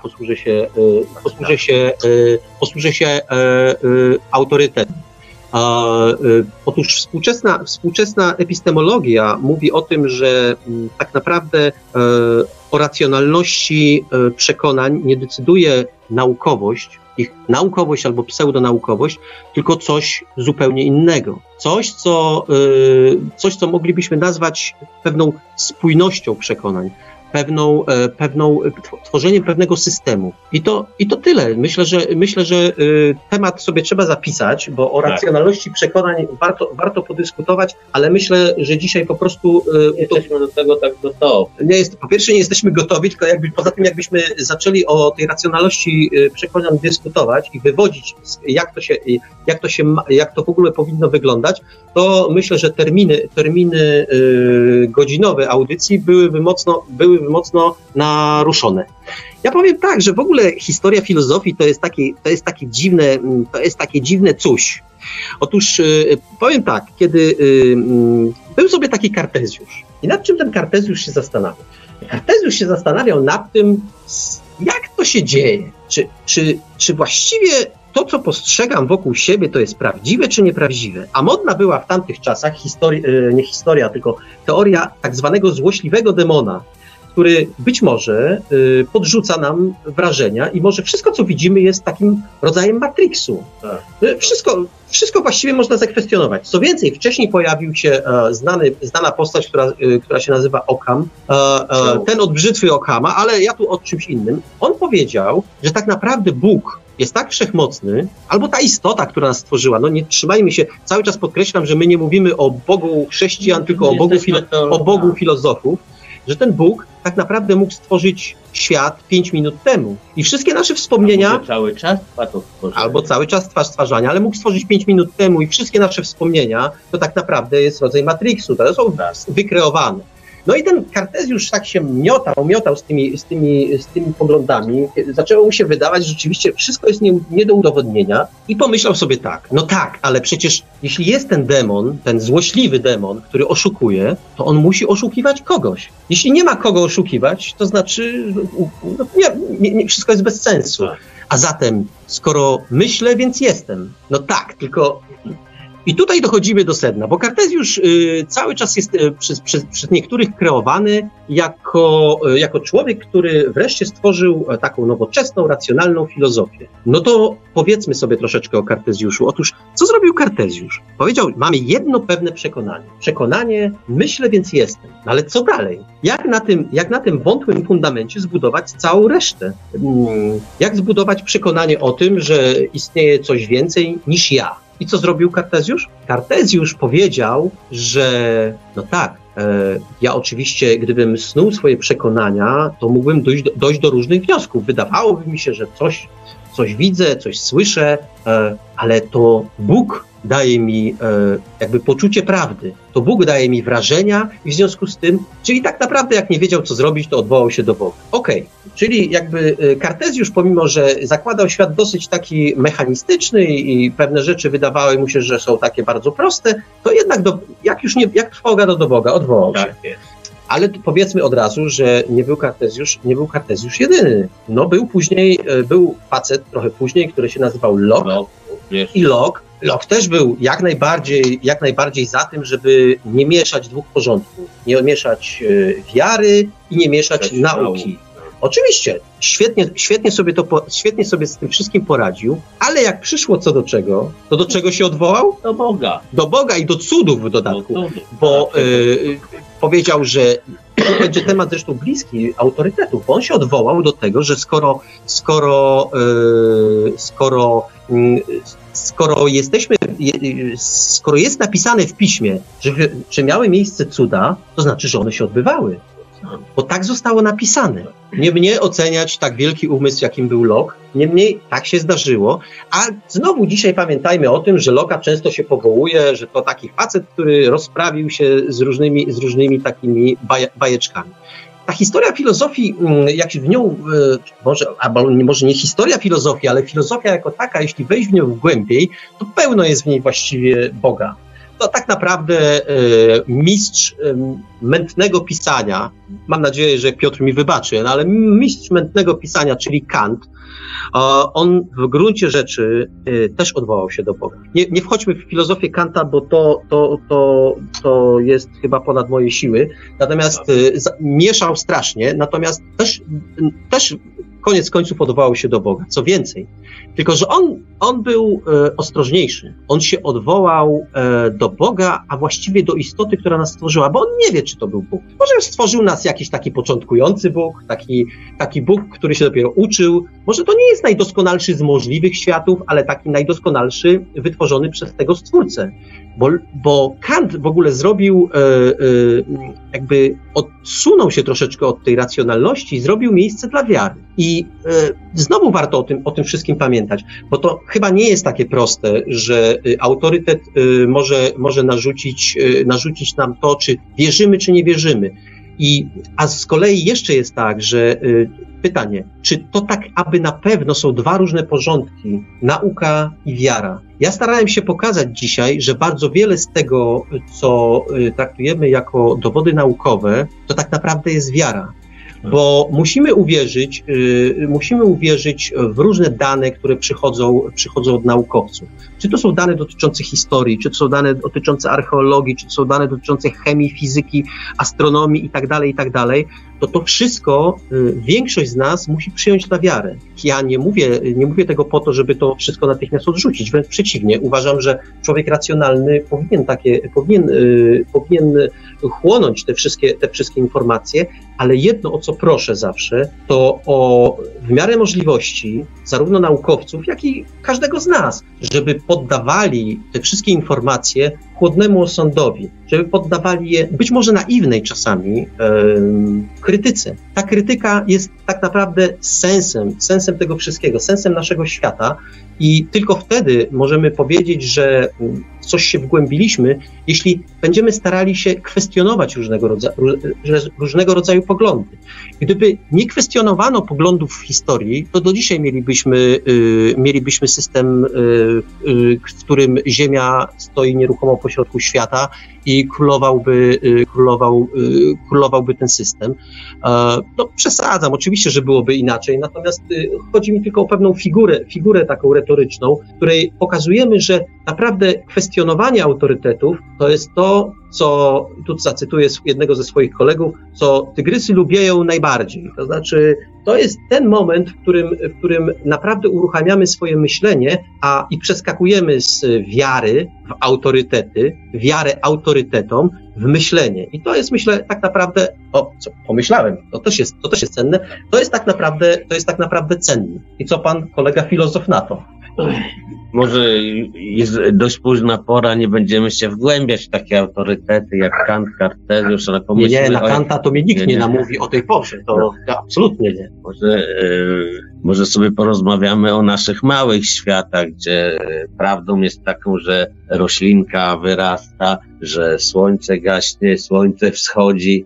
posłużę się autorytetem. Otóż współczesna epistemologia mówi o tym, że tak naprawdę o racjonalności przekonań nie decyduje naukowość, ich naukowość albo pseudonaukowość, tylko coś zupełnie innego. Coś, co moglibyśmy nazwać pewną spójnością przekonań, tworzeniem pewnego systemu. I to tyle. Myślę, że temat sobie trzeba zapisać, bo o racjonalności przekonań warto podyskutować, ale myślę, że dzisiaj po prostu jesteśmy do tego tak gotowi. Po pierwsze nie jesteśmy gotowi, tylko poza tym jakbyśmy zaczęli o tej racjonalności przekonań dyskutować i wywodzić, jak to w ogóle powinno wyglądać, to myślę, że terminy godzinowe audycji byłyby mocno naruszone. Ja powiem tak, że w ogóle historia filozofii to jest takie dziwne coś. Otóż powiem tak, kiedy był sobie taki Kartezjusz i nad czym ten Kartezjusz się zastanawiał? Kartezjusz się zastanawiał nad tym, jak to się dzieje, czy właściwie to, co postrzegam wokół siebie, to jest prawdziwe czy nieprawdziwe. A modna była w tamtych czasach nie historia, tylko teoria tak zwanego złośliwego demona, który być może podrzuca nam wrażenia i może wszystko, co widzimy, jest takim rodzajem Matrixu. Tak. Wszystko właściwie można zakwestionować. Co więcej, wcześniej pojawił się znana postać, która się nazywa Occam, ten od brzytwy Occama, ale ja tu o czymś innym. On powiedział, że tak naprawdę Bóg jest tak wszechmocny, albo ta istota, która nas stworzyła, no nie trzymajmy się, cały czas podkreślam, że my nie mówimy o Bogu chrześcijan, tylko o Bogu filozofów, że ten Bóg tak naprawdę mógł stworzyć świat 5 minut temu. I wszystkie nasze wspomnienia... Albo cały czas trwa stwarzania, ale mógł stworzyć 5 minut temu i wszystkie nasze wspomnienia to tak naprawdę jest rodzaj Matrixu, to są wykreowane. No i ten Kartezjusz tak się miotał z tymi poglądami. Zaczęło mu się wydawać, że rzeczywiście wszystko jest nie do udowodnienia i pomyślał sobie tak, no tak, ale przecież jeśli jest ten demon, ten złośliwy demon, który oszukuje, to on musi oszukiwać kogoś. Jeśli nie ma kogo oszukiwać, to znaczy wszystko jest bez sensu. A zatem, skoro myślę, więc jestem. No tak, tylko... I tutaj dochodzimy do sedna, bo Kartezjusz cały czas jest przez niektórych kreowany jako człowiek, który wreszcie stworzył taką nowoczesną, racjonalną filozofię. No to powiedzmy sobie troszeczkę o Kartezjuszu. Otóż, co zrobił Kartezjusz? Powiedział, mamy jedno pewne przekonanie. Przekonanie, myślę, więc jestem. No ale co dalej? Jak na tym wątłym fundamencie zbudować całą resztę? Jak zbudować przekonanie o tym, że istnieje coś więcej niż ja? I co zrobił Kartezjusz? Kartezjusz powiedział, że no tak, ja oczywiście, gdybym snuł swoje przekonania, to mógłbym dojść do różnych wniosków. Wydawałoby mi się, że coś widzę, coś słyszę, ale to Bóg daje mi jakby poczucie prawdy. To Bóg daje mi wrażenia i w związku z tym, czyli tak naprawdę jak nie wiedział, co zrobić, to odwołał się do Boga. Okej, czyli jakby Kartezjusz, pomimo że zakładał świat dosyć taki mechanistyczny i pewne rzeczy wydawały mu się, że są takie bardzo proste, to jednak jak trwał gada do Boga, odwołał się. Ale powiedzmy od razu, że nie był Kartezjusz jedyny. No był facet trochę później, który się nazywał Locke. I Locke też był jak najbardziej za tym, żeby nie mieszać dwóch porządków. Nie mieszać wiary i nie mieszać nauki. Oczywiście, świetnie sobie z tym wszystkim poradził, ale jak przyszło co do czego, to do czego się odwołał? Do Boga. Do Boga i do cudów w dodatku, bo powiedział, że to będzie temat zresztą bliski autorytetów, bo on się odwołał do tego, że skoro jest napisane w piśmie, że miały miejsce cuda, to znaczy, że one się odbywały. Bo tak zostało napisane. Nie mnie oceniać tak wielki umysł, jakim był Locke. Niemniej tak się zdarzyło. A znowu dzisiaj pamiętajmy o tym, że Locke'a często się powołuje, że to taki facet, który rozprawił się z różnymi takimi bajeczkami. Ta historia filozofii, jak w nią, może nie historia filozofii, ale filozofia jako taka, jeśli wejść w nią głębiej, to pełno jest w niej właściwie Boga. To tak naprawdę mistrz mętnego pisania, mam nadzieję, że Piotr mi wybaczy, ale mistrz mętnego pisania, czyli Kant, on w gruncie rzeczy też odwołał się do Boga. Nie wchodźmy w filozofię Kanta, bo to jest chyba ponad moje siły, natomiast mieszał strasznie, natomiast też koniec końców odwołał się do Boga. Co więcej, tylko że on był ostrożniejszy. On się odwołał do Boga, a właściwie do istoty, która nas stworzyła, bo on nie wie, czy to był Bóg. Może stworzył nas jakiś taki początkujący Bóg, taki Bóg, który się dopiero uczył. Może to nie jest najdoskonalszy z możliwych światów, ale taki najdoskonalszy wytworzony przez tego Stwórcę. Bo Kant w ogóle zrobił, jakby odsunął się troszeczkę od tej racjonalności i zrobił miejsce dla wiary. I znowu warto o tym wszystkim pamiętać, bo to chyba nie jest takie proste, że autorytet może narzucić nam to, czy wierzymy, czy nie wierzymy. A z kolei jeszcze jest tak, że pytanie, czy to tak aby na pewno są dwa różne porządki, nauka i wiara? Ja starałem się pokazać dzisiaj, że bardzo wiele z tego, co traktujemy jako dowody naukowe, to tak naprawdę jest wiara. Bo musimy uwierzyć w różne dane, które przychodzą od naukowców. Czy to są dane dotyczące historii, czy to są dane dotyczące archeologii, czy to są dane dotyczące chemii, fizyki, astronomii itd., to wszystko większość z nas musi przyjąć na wiarę. Ja nie mówię tego po to, żeby to wszystko natychmiast odrzucić, wręcz przeciwnie. Uważam, że człowiek racjonalny powinien chłonąć te wszystkie informacje, ale jedno, o co proszę zawsze, to o w miarę możliwości zarówno naukowców, jak i każdego z nas, żeby poddawali te wszystkie informacje chłodnemu osądowi, żeby poddawali je być może naiwnej czasami krytyce. Ta krytyka jest tak naprawdę sensem tego wszystkiego, sensem naszego świata i tylko wtedy możemy powiedzieć, że coś się wgłębiliśmy, jeśli będziemy starali się kwestionować różnego rodzaju poglądy. Gdyby nie kwestionowano poglądów w historii, to do dzisiaj mielibyśmy system, w którym Ziemia stoi nieruchomo pośrodku świata i królowałby ten system. No, przesadzam, oczywiście, że byłoby inaczej, natomiast chodzi mi tylko o pewną figurę taką retoryczną, której pokazujemy, że naprawdę kwestionowanie autorytetów to jest to, co, tu zacytuję jednego ze swoich kolegów, co tygrysy lubią najbardziej. To znaczy, to jest ten moment, w którym naprawdę uruchamiamy swoje myślenie i przeskakujemy z wiary w autorytety, wiarę autorytetom w myślenie. I to jest, myślę, tak naprawdę, co pomyślałem, to też jest cenne, to jest tak naprawdę cenne. I co pan kolega filozof na to? Może jest dość późna pora, nie będziemy się wgłębiać w takie autorytety jak Kant, Kartezjusz, ale pomyślmy... Nie, na Kanta to mnie nikt nie namówi o tej porze, to absolutnie nie. Może sobie porozmawiamy o naszych małych światach, gdzie prawdą jest taką, że roślinka wyrasta, że słońce gaśnie, słońce wschodzi,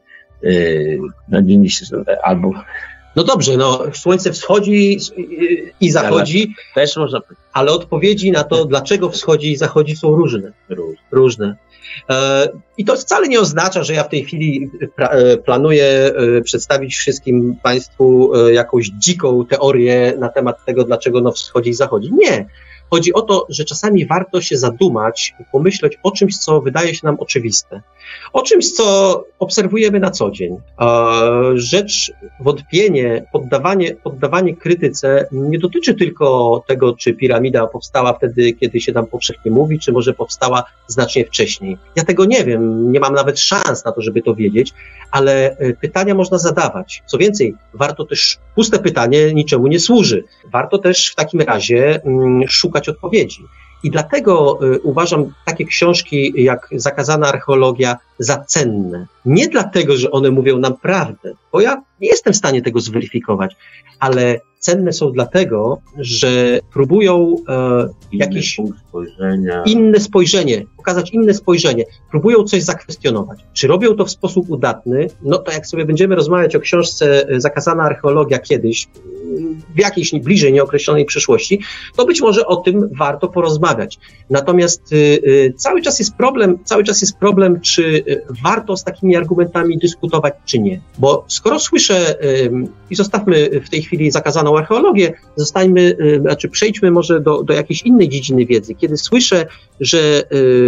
albo... No dobrze, słońce wschodzi i zachodzi, też można... ale odpowiedzi na to, dlaczego wschodzi i zachodzi, są różne. I to wcale nie oznacza, że ja w tej chwili planuję przedstawić wszystkim Państwu jakąś dziką teorię na temat tego, dlaczego wschodzi i zachodzi. Nie. Chodzi o to, że czasami warto się zadumać, pomyśleć o czymś, co wydaje się nam oczywiste. O czymś, co obserwujemy na co dzień. Wątpienie, poddawanie krytyce nie dotyczy tylko tego, czy piramida powstała wtedy, kiedy się tam powszechnie mówi, czy może powstała znacznie wcześniej. Ja tego nie wiem, nie mam nawet szans na to, żeby to wiedzieć, ale pytania można zadawać. Co więcej, warto też, puste pytanie niczemu nie służy. Warto też w takim razie szukać odpowiedzi. I dlatego uważam takie książki jak Zakazana archeologia za cenne. Nie dlatego, że one mówią nam prawdę, bo ja nie jestem w stanie tego zweryfikować, ale cenne są dlatego, że próbują jakieś inne spojrzenie, pokazać inne spojrzenie, próbują coś zakwestionować. Czy robią to w sposób udatny? No to jak sobie będziemy rozmawiać o książce Zakazana archeologia kiedyś, w jakiejś bliżej nieokreślonej przyszłości, to być może o tym warto porozmawiać. Natomiast cały czas jest problem, czy warto z takimi argumentami dyskutować, czy nie. Bo skoro słyszę, i zostawmy w tej chwili zakazaną archeologię, przejdźmy może do jakiejś innej dziedziny wiedzy. Kiedy słyszę, że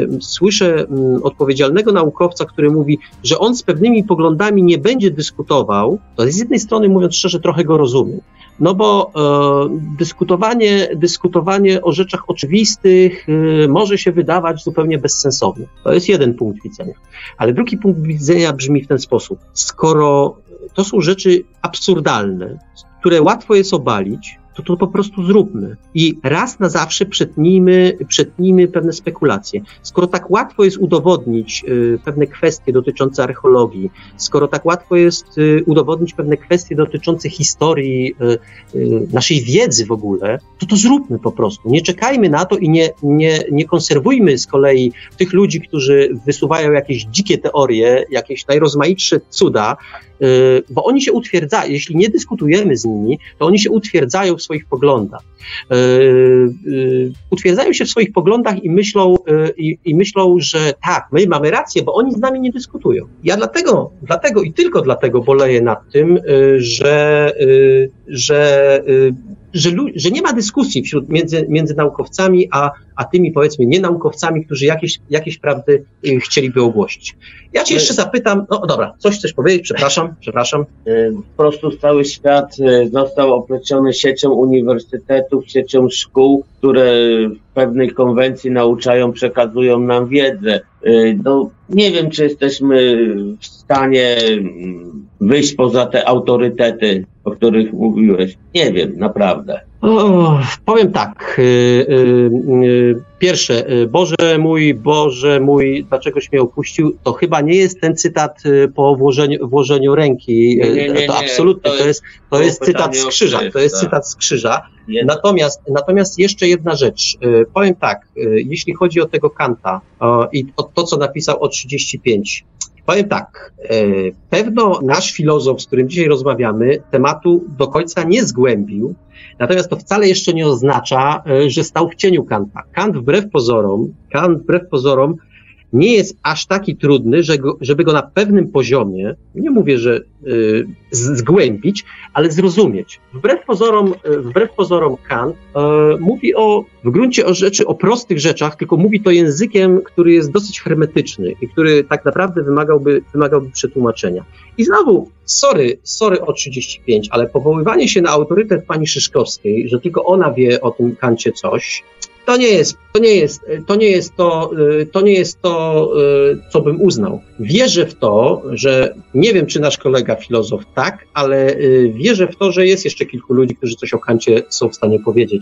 słyszę odpowiedzialnego naukowca, który mówi, że on z pewnymi poglądami nie będzie dyskutował, to z jednej strony, mówiąc szczerze, trochę go rozumiem. No bo dyskutowanie o rzeczach oczywistych może się wydawać zupełnie bezsensowne. To jest jeden punkt widzenia. Ale drugi punkt widzenia brzmi w ten sposób. Skoro to są rzeczy absurdalne, które łatwo jest obalić, to po prostu zróbmy. I raz na zawsze przetnijmy pewne spekulacje. Skoro tak łatwo jest udowodnić pewne kwestie dotyczące archeologii, skoro tak łatwo jest udowodnić pewne kwestie dotyczące historii, naszej wiedzy w ogóle, to zróbmy po prostu. Nie czekajmy na to i nie konserwujmy z kolei tych ludzi, którzy wysuwają jakieś dzikie teorie, jakieś najrozmaitsze cuda, bo oni się utwierdzają, jeśli nie dyskutujemy z nimi, to oni się utwierdzają w swoich poglądach. Utwierdzają się w swoich poglądach i myślą, że tak, my mamy rację, bo oni z nami nie dyskutują. Ja dlatego i tylko dlatego boleję nad tym, że nie ma dyskusji między naukowcami, a tymi, powiedzmy, nienaukowcami, którzy jakieś prawdy chcieliby ogłosić. Ja cię jeszcze zapytam, no dobra, coś chcesz powiedzieć? Przepraszam. Po prostu cały świat został opleciony siecią uniwersytetów, siecią szkół, które w pewnej konwencji nauczają, przekazują nam wiedzę. No, nie wiem, czy jesteśmy w stanie wyjść poza te autorytety, o których mówiłeś. Nie wiem, naprawdę. Powiem tak. Pierwsze, Boże mój, dlaczegoś mnie opuścił, to chyba nie jest ten cytat po włożeniu ręki. Nie. To absolutnie, to jest cytat z krzyża. To jest cytat z krzyża. Natomiast jeszcze jedna rzecz. Powiem tak, jeśli chodzi o tego Kanta i o to, co napisał o 35. Powiem tak, pewno nasz filozof, z którym dzisiaj rozmawiamy, tematu do końca nie zgłębił, natomiast to wcale jeszcze nie oznacza, że stał w cieniu Kanta. Kant wbrew pozorom nie jest aż taki trudny, żeby go na pewnym poziomie, nie mówię, że zgłębić, ale zrozumieć. Wbrew pozorom Kant mówi w gruncie rzeczy o prostych rzeczach, tylko mówi to językiem, który jest dosyć hermetyczny i który tak naprawdę wymagałby przetłumaczenia. I znowu, sorry o 35, ale powoływanie się na autorytet pani Szyszkowskiej, że tylko ona wie o tym Kancie coś, to nie jest to, co bym uznał. Wierzę w to, że nie wiem, czy nasz kolega filozof tak, ale wierzę w to, że jest jeszcze kilku ludzi, którzy coś o Kancie są w stanie powiedzieć.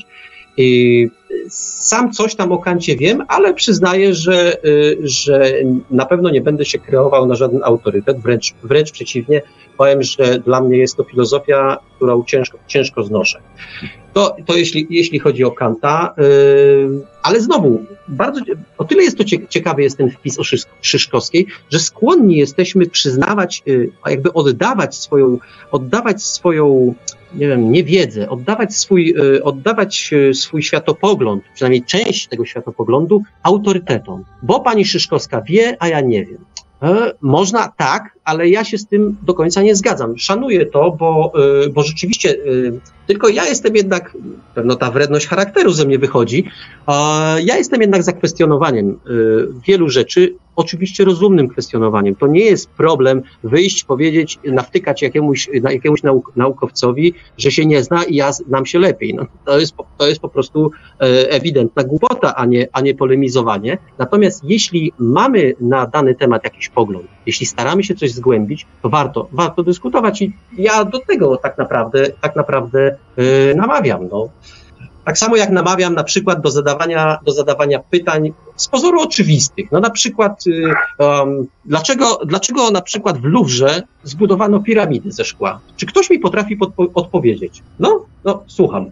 Sam coś tam o Kancie wiem, ale przyznaję, że na pewno nie będę się kreował na żaden autorytet, wręcz przeciwnie, powiem, że dla mnie jest to filozofia, którą ciężko znoszę. To jeśli chodzi o Kanta, ale znowu, o tyle jest to ciekawy jest ten wpis o Szyszkowskiej, że skłonni jesteśmy przyznawać, jakby oddawać swoją nie wiem, niewiedzę, oddawać swój światopogląd, przynajmniej część tego światopoglądu, autorytetom. Bo pani Szyszkowska wie, a ja nie wiem. Można tak, ale ja się z tym do końca nie zgadzam. Szanuję to, bo rzeczywiście tylko ja jestem jednak, pewno ta wredność charakteru ze mnie wychodzi, ja jestem jednak za kwestionowaniem wielu rzeczy, oczywiście rozumnym kwestionowaniem. To nie jest problem wyjść, powiedzieć, nawtykać jakiemuś naukowcowi, że się nie zna i ja znam się lepiej. No, to jest po prostu ewidentna głupota, a nie polemizowanie. Natomiast jeśli mamy na dany temat jakiś pogląd, jeśli staramy się coś zgłębić, to warto dyskutować i ja do tego tak naprawdę namawiam. No. Tak samo jak namawiam na przykład do zadawania pytań z pozoru oczywistych. No na przykład dlaczego na przykład w Luwrze zbudowano piramidy ze szkła? Czy ktoś mi potrafi odpowiedzieć? No słucham.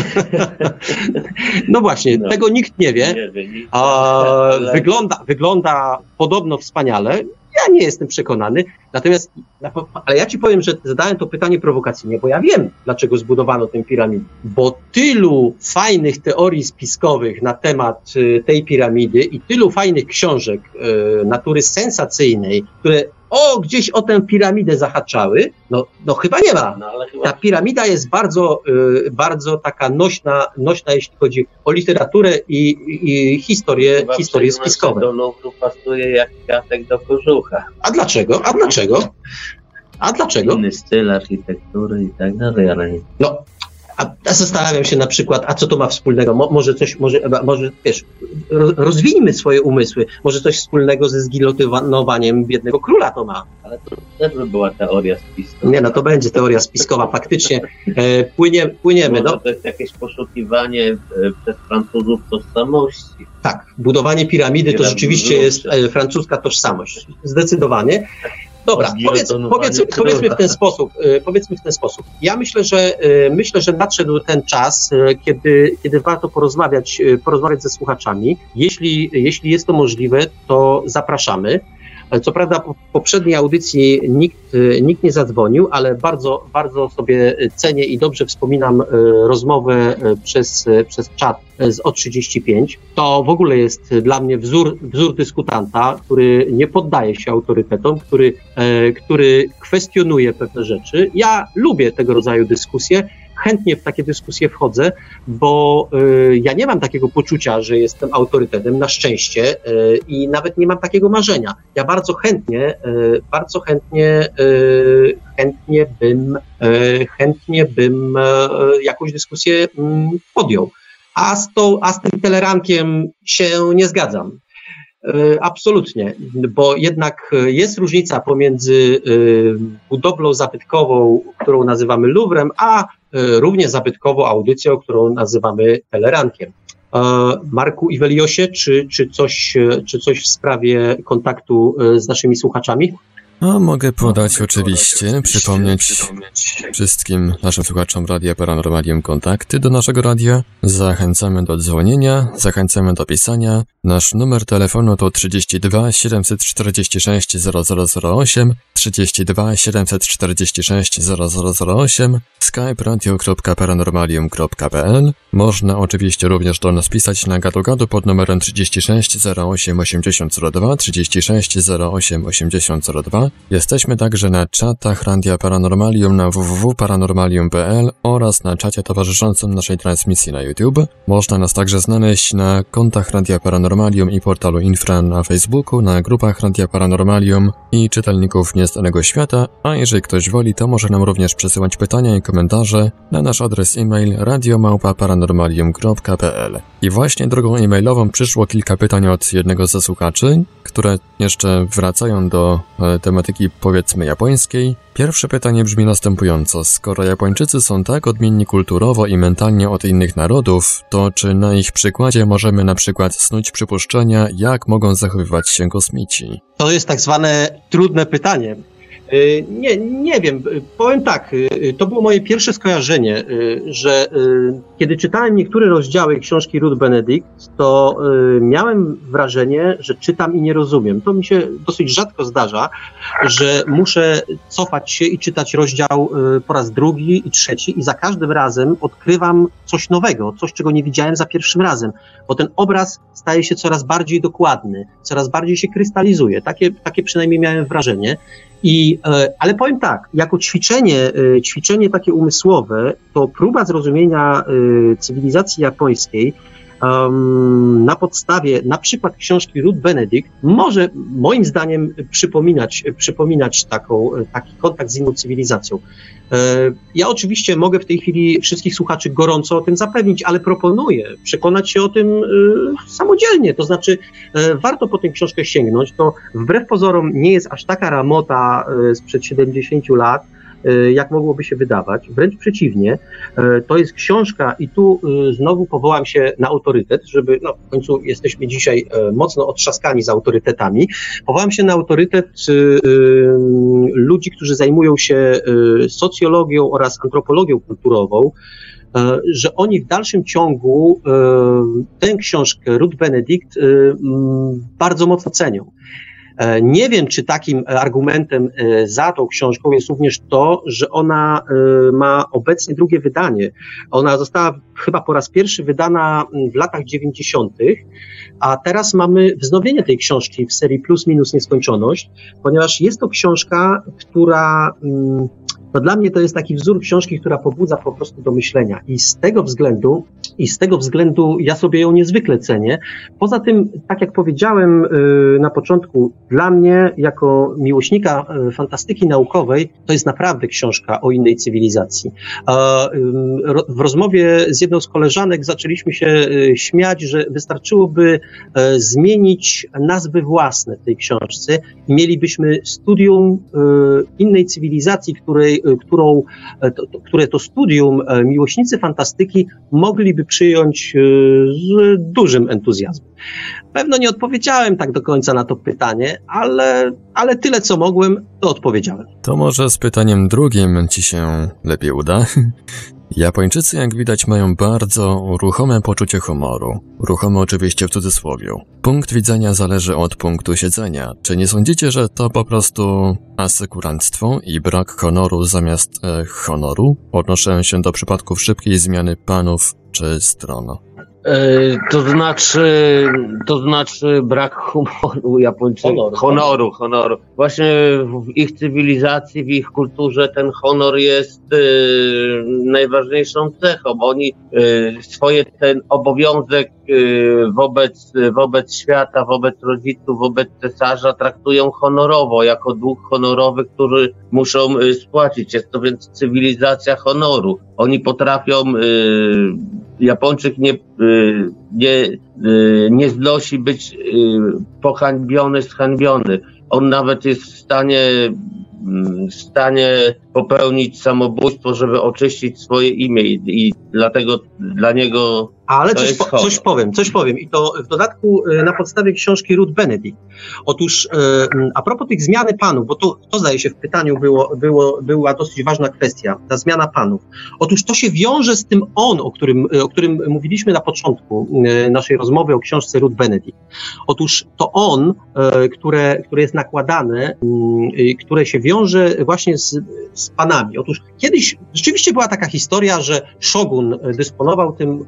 No właśnie, tego nikt nie wie. Wygląda podobno wspaniale. Ja nie jestem przekonany, ale ja ci powiem, że zadałem to pytanie prowokacyjnie, bo ja wiem, dlaczego zbudowano tę piramidę. Bo tylu fajnych teorii spiskowych na temat tej piramidy i tylu fajnych książek natury sensacyjnej, które gdzieś o tę piramidę zahaczały, no chyba nie ma. Ta piramida jest bardzo taka nośna, jeśli chodzi o literaturę i historię spiskowe. Do Louvru pasuje jak kwiatek do kożucha. A dlaczego? Inny styl architektury i tak dalej, ale... No, a zastanawiam się na przykład, a co to ma wspólnego? Może wiesz, rozwijmy swoje umysły. Może coś wspólnego ze zgilotynowaniem biednego króla to ma. Ale to też by była teoria spiskowa. Nie, no to będzie teoria spiskowa, faktycznie. Płyniemy. No. To jest jakieś poszukiwanie przez Francuzów tożsamości. Tak, budowanie piramidy to rzeczywiście jest francuska tożsamość. Zdecydowanie. Dobra, powiedzmy w ten sposób. Ja myślę, że nadszedł ten czas, kiedy warto porozmawiać ze słuchaczami. Jeśli jest to możliwe, to zapraszamy. Co prawda w poprzedniej audycji nikt nie zadzwonił, ale bardzo, bardzo sobie cenię i dobrze wspominam rozmowę przez czat z O35. To w ogóle jest dla mnie wzór dyskutanta, który nie poddaje się autorytetom, który kwestionuje pewne rzeczy. Ja lubię tego rodzaju dyskusje. Chętnie w takie dyskusje wchodzę, bo ja nie mam takiego poczucia, że jestem autorytetem, na szczęście, i nawet nie mam takiego marzenia. Ja bardzo chętnie bym jakąś dyskusję podjął. A z tym telerankiem się nie zgadzam. Absolutnie, bo jednak jest różnica pomiędzy budowlą zabytkową, którą nazywamy Louvrem, a równie zabytkową audycją, którą nazywamy telerankiem. Marku i Weliosie, czy coś w sprawie kontaktu z naszymi słuchaczami? Mogę podać oczywiście, przypomnieć wszystkim naszym słuchaczom Radia Paranormalium kontakty do naszego radia. Zachęcamy do dzwonienia, zachęcamy do pisania. Nasz numer telefonu to 32 746 0008, 32 746 0008, skype radio.paranormalium.pl. Można oczywiście również do nas pisać na gadu pod numerem 36 08 8002, 36 08 8002. Jesteśmy także na czatach Radia Paranormalium na www.paranormalium.pl oraz na czacie towarzyszącym naszej transmisji na YouTube. Można nas także znaleźć na kontach Radia Paranormalium i portalu Infra na Facebooku, na grupach Radia Paranormalium i czytelników Nieznanego Świata, a jeżeli ktoś woli, to może nam również przesyłać pytania i komentarze na nasz adres e-mail radio@paranormalium.pl. I właśnie drogą e-mailową przyszło kilka pytań od jednego ze słuchaczy, które jeszcze wracają do tematyki, powiedzmy, japońskiej. Pierwsze pytanie brzmi następująco. Skoro Japończycy są tak odmienni kulturowo i mentalnie od innych narodów, to czy na ich przykładzie możemy na przykład snuć przypuszczenia, jak mogą zachowywać się kosmici? To jest tak zwane trudne pytanie. Nie wiem, powiem tak, to było moje pierwsze skojarzenie, że kiedy czytałem niektóre rozdziały książki Ruth Benedict, to miałem wrażenie, że czytam i nie rozumiem. To mi się dosyć rzadko zdarza, że muszę cofać się i czytać rozdział po raz drugi i trzeci i za każdym razem odkrywam coś nowego, coś, czego nie widziałem za pierwszym razem, bo ten obraz staje się coraz bardziej dokładny, coraz bardziej się krystalizuje. Takie przynajmniej miałem wrażenie. Ale powiem tak, jako ćwiczenie takie umysłowe, to próba zrozumienia cywilizacji japońskiej na podstawie na przykład książki Ruth Benedict może moim zdaniem przypominać taki kontakt z inną cywilizacją. Ja oczywiście mogę w tej chwili wszystkich słuchaczy gorąco o tym zapewnić, ale proponuję przekonać się o tym samodzielnie, to znaczy warto po tę książkę sięgnąć. To wbrew pozorom nie jest aż taka ramota sprzed 70 lat, jak mogłoby się wydawać. Wręcz przeciwnie, to jest książka i tu znowu powołam się na autorytet, żeby, w końcu jesteśmy dzisiaj mocno otrzaskani z autorytetami. Powołam się na autorytet ludzi, którzy zajmują się socjologią oraz antropologią kulturową, że oni w dalszym ciągu tę książkę Ruth Benedict bardzo mocno cenią. Nie wiem, czy takim argumentem za tą książką jest również to, że ona ma obecnie drugie wydanie. Ona została chyba po raz pierwszy wydana w latach 90., a teraz mamy wznowienie tej książki w serii Plus Minus Nieskończoność, ponieważ jest to książka, która... No dla mnie to jest taki wzór książki, która pobudza po prostu do myślenia i z tego względu ja sobie ją niezwykle cenię. Poza tym, tak jak powiedziałem na początku, dla mnie jako miłośnika fantastyki naukowej to jest naprawdę książka o innej cywilizacji. W rozmowie z jedną z koleżanek zaczęliśmy się śmiać, że wystarczyłoby zmienić nazwy własne w tej książce i mielibyśmy studium innej cywilizacji, które to studium miłośnicy fantastyki mogliby przyjąć z dużym entuzjazmem. Pewno nie odpowiedziałem tak do końca na to pytanie, ale tyle co mogłem, to odpowiedziałem. To może z pytaniem drugim ci się lepiej uda. Japończycy, jak widać, mają bardzo ruchome poczucie humoru. Ruchome oczywiście w cudzysłowie. Punkt widzenia zależy od punktu siedzenia. Czy nie sądzicie, że to po prostu asekuranstwo i brak honoru zamiast honoru? Odnoszę się do przypadków szybkiej zmiany panów czy stron. To znaczy brak humoru Japończyków. Honoru. Właśnie w ich cywilizacji, w ich kulturze ten honor jest najważniejszą cechą. Oni ten obowiązek wobec świata, wobec rodziców, wobec cesarza traktują honorowo, jako dług honorowy, który muszą spłacić. Jest to więc cywilizacja honoru. Oni potrafią, Japończyk nie znosi być pohańbiony, zhańbiony. On nawet jest w stanie popełnić samobójstwo, żeby oczyścić swoje imię i dlatego dla niego ale coś powiem i to w dodatku na podstawie książki Ruth Benedict. Otóż a propos tych zmiany panów, bo to zdaje się w pytaniu była dosyć ważna kwestia, ta zmiana panów. Otóż to się wiąże z tym o którym mówiliśmy na początku naszej rozmowy o książce Ruth Benedict. Otóż to które jest nakładane, które się wiąże właśnie z panami. Otóż kiedyś rzeczywiście była taka historia, że szogun dysponował tym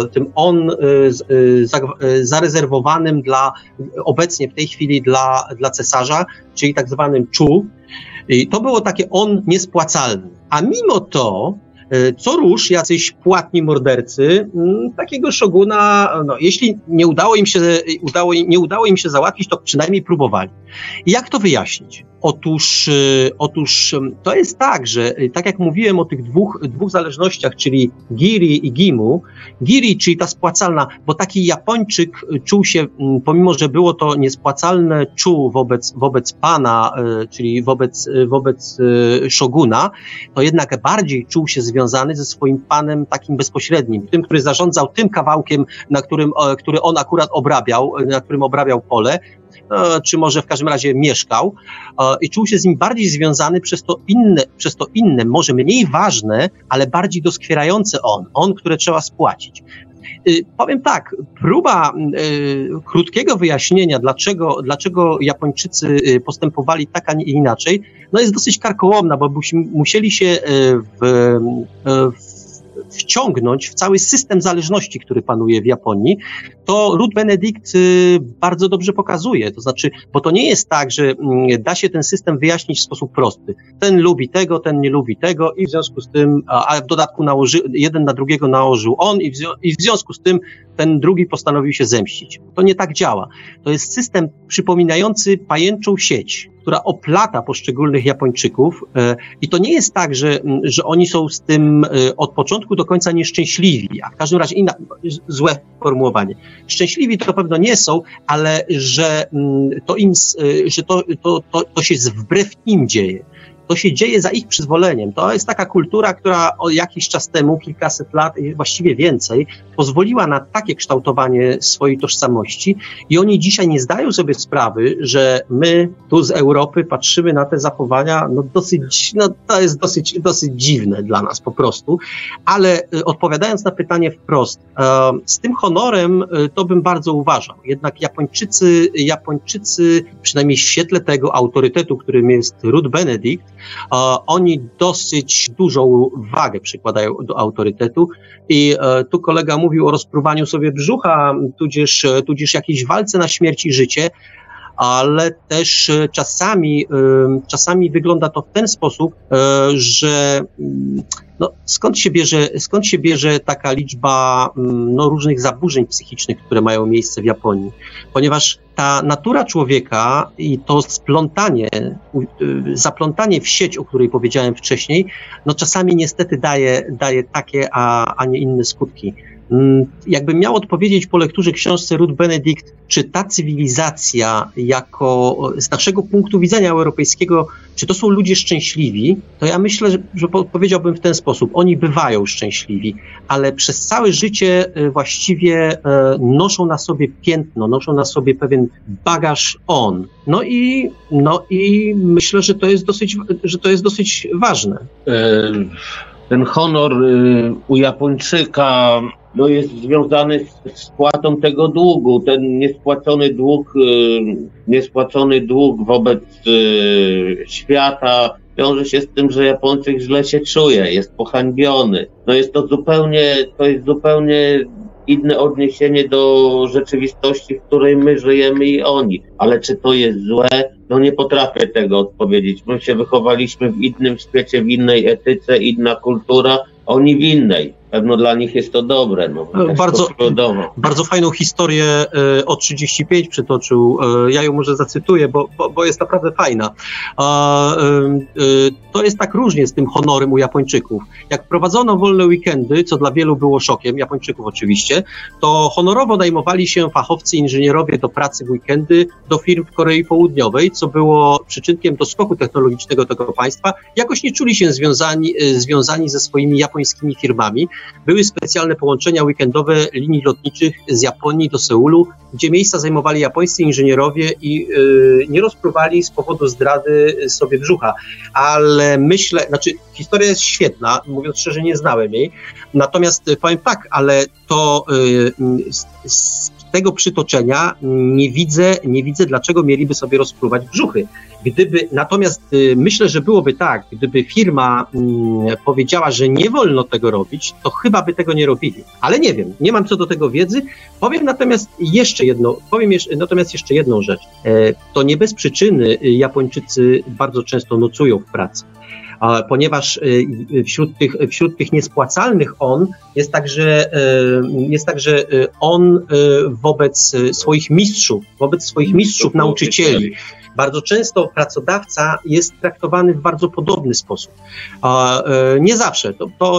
zarezerwowanym obecnie w tej chwili dla cesarza, czyli tak zwanym chu. I to było takie niespłacalny. A mimo to co rusz jacyś płatni mordercy takiego szoguna, jeśli nie udało im się załatwić, to przynajmniej próbowali. I jak to wyjaśnić? Otóż to jest tak, że tak jak mówiłem o tych dwóch zależnościach, czyli giri i gimu, giri, czyli ta spłacalna, bo taki Japończyk czuł się, pomimo że było to niespłacalne czuł wobec pana, czyli wobec szoguna, to jednak bardziej czuł się związany ze swoim panem takim bezpośrednim, tym, który zarządzał tym kawałkiem, który on akurat na którym obrabiał pole, czy może w każdym razie mieszkał i czuł się z nim bardziej związany przez to inne, może mniej ważne, ale bardziej doskwierające które trzeba spłacić. Powiem tak, próba krótkiego wyjaśnienia, dlaczego Japończycy postępowali tak, a nie inaczej, jest dosyć karkołomna, bo musieli się wciągnąć w cały system zależności, który panuje w Japonii, to Ruth Benedict bardzo dobrze pokazuje. To znaczy, bo to nie jest tak, że da się ten system wyjaśnić w sposób prosty. Ten lubi tego, ten nie lubi tego i w związku z tym, a w dodatku jeden na drugiego nałożył on i w związku z tym ten drugi postanowił się zemścić. To nie tak działa. To jest system przypominający pajęczą sieć, która oplata poszczególnych Japończyków i to nie jest tak, że oni są z tym od początku do końca nieszczęśliwi, a w każdym razie złe formułowanie. Szczęśliwi to pewno nie są, ale że to się wbrew im dzieje. to się dzieje za ich przyzwoleniem. To jest taka kultura, która jakiś czas temu, kilkaset lat, właściwie więcej, pozwoliła na takie kształtowanie swojej tożsamości i oni dzisiaj nie zdają sobie sprawy, że my tu z Europy patrzymy na te zachowania, to jest dosyć dziwne dla nas po prostu, ale odpowiadając na pytanie wprost, z tym honorem to bym bardzo uważał. Jednak Japończycy, przynajmniej w świetle tego autorytetu, którym jest Ruth Benedict, oni dosyć dużą wagę przykładają do autorytetu i tu kolega mówił o rozpruwaniu sobie brzucha, tudzież jakiejś walce na śmierć i życie, ale też czasami wygląda to w ten sposób, że skąd się bierze taka liczba różnych zaburzeń psychicznych, które mają miejsce w Japonii? Ponieważ ta natura człowieka i to zaplątanie w sieć, o której powiedziałem wcześniej, czasami niestety daje takie, a nie inne skutki. Jakbym miał odpowiedzieć po lekturze książce Ruth Benedict, czy ta cywilizacja z naszego punktu widzenia europejskiego, czy to są ludzie szczęśliwi, to ja myślę, że powiedziałbym w ten sposób. Oni bywają szczęśliwi, ale przez całe życie właściwie noszą na sobie piętno, noszą na sobie pewien bagaż No i myślę, że to jest dosyć ważne. Ten honor u Japończyka jest związany z spłatą tego długu. Ten niespłacony dług wobec świata wiąże się z tym, że Japończyk źle się czuje, jest pohańbiony. Jest to zupełnie inne odniesienie do rzeczywistości, w której my żyjemy i oni. Ale czy to jest złe? Nie potrafię tego odpowiedzieć. My się wychowaliśmy w innym świecie, w innej etyce, inna kultura, oni w innej. Pewno dla nich jest to dobre. Bardzo fajną historię o 35 przytoczył. Ja ją może zacytuję, bo jest naprawdę fajna. To jest tak różnie z tym honorem u Japończyków. Jak wprowadzono wolne weekendy, co dla wielu było szokiem, Japończyków oczywiście, to honorowo najmowali się fachowcy, inżynierowie do pracy w weekendy do firm w Korei Południowej, co było przyczynkiem do skoku technologicznego tego państwa. Jakoś nie czuli się związani ze swoimi japońskimi firmami. Były specjalne połączenia weekendowe linii lotniczych z Japonii do Seulu, gdzie miejsca zajmowali japońscy inżynierowie i nie rozpruwali z powodu zdrady sobie brzucha. Ale historia jest świetna, mówiąc szczerze, nie znałem jej. Natomiast powiem tak, ale to z tego przytoczenia nie widzę, dlaczego mieliby sobie rozpruwać brzuchy. Natomiast myślę, że byłoby tak, gdyby firma powiedziała, że nie wolno tego robić, to chyba by tego nie robili. Ale nie wiem, nie mam co do tego wiedzy. Powiem natomiast jeszcze jedną rzecz. To nie bez przyczyny Japończycy bardzo często nocują w pracy. Ponieważ wśród tych niespłacalnych jest także wobec swoich mistrzów, nauczycieli. Bardzo często pracodawca jest traktowany w bardzo podobny sposób. Nie zawsze,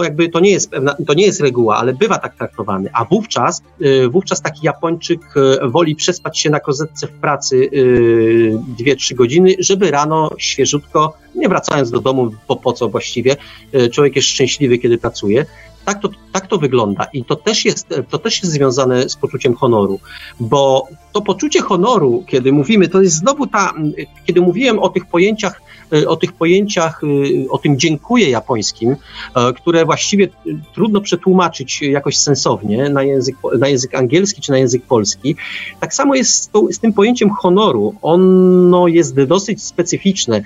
to nie jest reguła, ale bywa tak traktowany, a wówczas taki Japończyk woli przespać się na kozetce w pracy 2-3 godziny, żeby rano świeżutko, nie wracając do domu, bo po co właściwie, człowiek jest szczęśliwy, kiedy pracuje. Tak to wygląda i to też jest związane z poczuciem honoru, bo to poczucie honoru, kiedy mówimy, to jest znowu kiedy mówiłem o tych pojęciach, o tym dziękuję japońskim, które właściwie trudno przetłumaczyć jakoś sensownie na język angielski czy na język polski. Tak samo jest z tym pojęciem honoru. Ono jest dosyć specyficzne.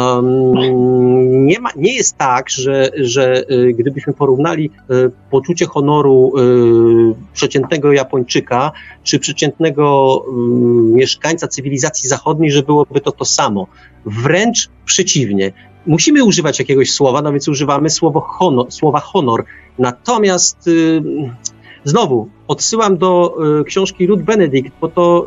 Nie jest tak, że gdybyśmy porównali poczucie honoru przeciętnego Japończyka czy przeciętnego mieszkańca cywilizacji zachodniej, że byłoby to samo. Wręcz przeciwnie. Musimy używać jakiegoś słowa, no więc używamy słowa honor. Natomiast znowu odsyłam do książki Ruth Benedict, bo to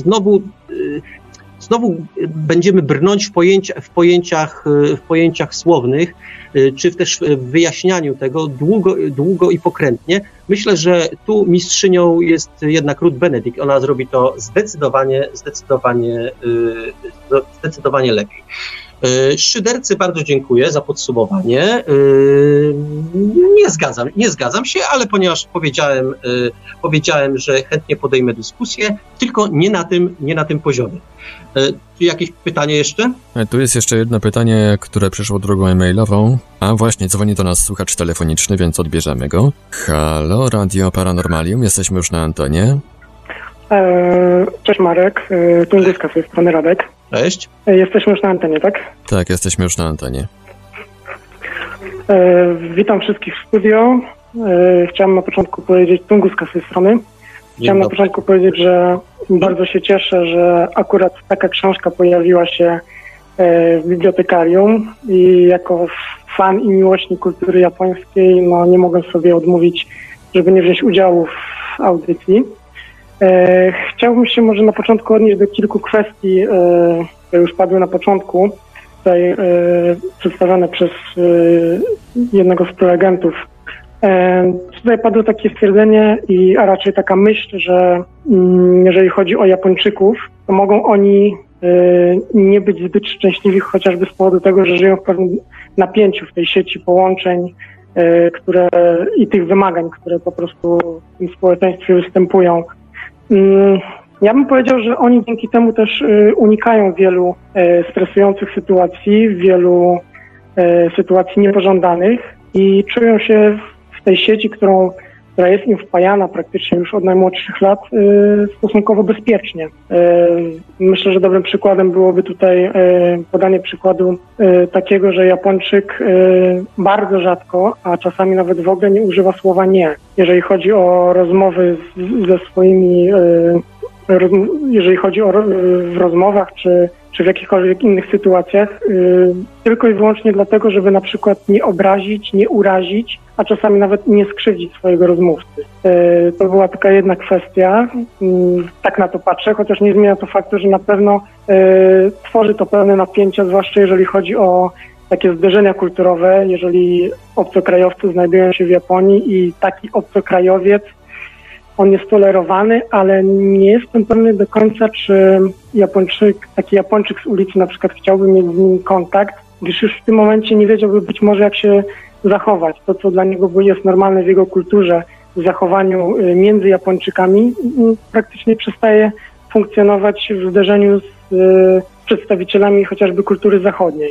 znowu będziemy brnąć w pojęciach słownych, czy też w wyjaśnianiu tego długo i pokrętnie. Myślę, że tu mistrzynią jest jednak Ruth Benedict. Ona zrobi to zdecydowanie lepiej. Szydercy bardzo dziękuję za podsumowanie. Nie zgadzam się, ale ponieważ powiedziałem, że chętnie podejmę dyskusję, tylko nie na tym poziomie. Jakieś pytanie jeszcze? Tu jest jeszcze jedno pytanie, które przyszło drogą e-mailową. A właśnie, dzwoni do nas słuchacz telefoniczny, więc odbierzemy go. Halo, Radio Paranormalium, jesteśmy już na antenie. Cześć Marek, Tunguska z tej strony Radek. Cześć. Jesteśmy już na antenie, tak? Tak, jesteśmy już na antenie. Witam wszystkich w studio. Chciałem na początku powiedzieć, Tunguska z tej strony. Chciałem na początku powiedzieć, że bardzo się cieszę, że akurat taka książka pojawiła się w bibliotekarium i jako fan i miłośnik kultury japońskiej, no nie mogę sobie odmówić, żeby nie wziąć udziału w audycji. Chciałbym się może na początku odnieść do kilku kwestii, które już padły na początku, tutaj przedstawione przez jednego z prelegentów. Tutaj padło takie stwierdzenie, a raczej taka myśl, że jeżeli chodzi o Japończyków, to mogą oni nie być zbyt szczęśliwi chociażby z powodu tego, że żyją w pewnym napięciu w tej sieci połączeń, i tych wymagań, które po prostu w tym społeczeństwie występują. Ja bym powiedział, że oni dzięki temu też unikają wielu stresujących sytuacji, wielu sytuacji niepożądanych i czują się w tej sieci, która jest im wpajana praktycznie już od najmłodszych lat, stosunkowo bezpiecznie. Myślę, że dobrym przykładem byłoby tutaj podanie przykładu takiego, że Japończyk bardzo rzadko, a czasami nawet w ogóle nie używa słowa nie. Jeżeli chodzi o rozmowy ze swoimi, jeżeli chodzi o w rozmowach czy w jakichkolwiek innych sytuacjach, tylko i wyłącznie dlatego, żeby na przykład nie obrazić, nie urazić, a czasami nawet nie skrzywdzić swojego rozmówcy. To była taka jedna kwestia, tak na to patrzę, chociaż nie zmienia to faktu, że na pewno tworzy to pewne napięcia, zwłaszcza jeżeli chodzi o takie zderzenia kulturowe, jeżeli obcokrajowcy znajdują się w Japonii i taki obcokrajowiec, on jest tolerowany, ale nie jestem pewny do końca, czy taki Japończyk z ulicy na przykład chciałby mieć z nim kontakt, gdyż już w tym momencie nie wiedziałby być może jak się zachować. To, co dla niego jest normalne w jego kulturze, w zachowaniu między Japończykami, praktycznie przestaje funkcjonować w zderzeniu z przedstawicielami chociażby kultury zachodniej.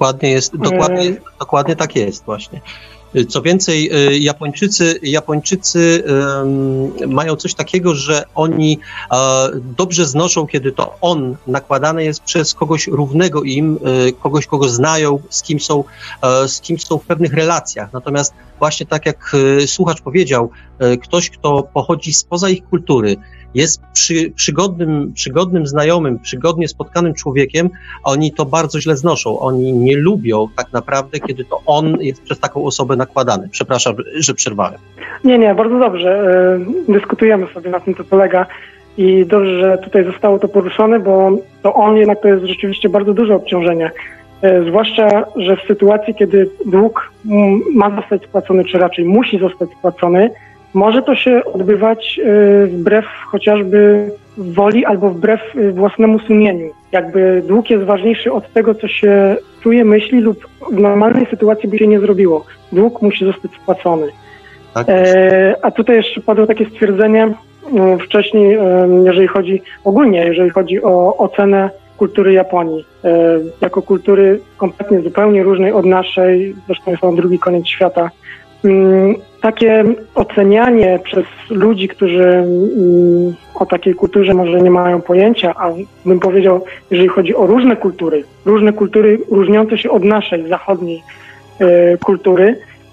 Dokładnie tak jest właśnie. Co więcej, Japończycy mają coś takiego, że oni dobrze znoszą, kiedy to on nakładane jest przez kogoś równego im, kogoś, kogo znają, z kim są w pewnych relacjach. Natomiast właśnie tak jak słuchacz powiedział, ktoś, kto pochodzi spoza ich kultury, jest przygodnym znajomym, przygodnie spotkanym człowiekiem, oni to bardzo źle znoszą. Oni nie lubią tak naprawdę, kiedy to on jest przez taką osobę nakładany. Przepraszam, że przerwałem. Nie, bardzo dobrze. Dyskutujemy sobie na tym, co polega i dobrze, że tutaj zostało to poruszone, bo to on jednak to jest rzeczywiście bardzo duże obciążenie. Zwłaszcza, że w sytuacji, kiedy dług ma zostać spłacony, czy raczej musi zostać spłacony, może to się odbywać wbrew chociażby woli albo wbrew własnemu sumieniu. Jakby dług jest ważniejszy od tego, co się czuje, myśli lub w normalnej sytuacji by się nie zrobiło. Dług musi zostać spłacony. Tak. A tutaj jeszcze padło takie stwierdzenie wcześniej, jeżeli chodzi o ocenę kultury Japonii. Jako kultury kompletnie zupełnie różnej od naszej, zresztą jest on drugi koniec świata. Takie ocenianie przez ludzi, którzy o takiej kulturze może nie mają pojęcia, a bym powiedział, jeżeli chodzi o różne kultury różniące się od naszej zachodniej kultury,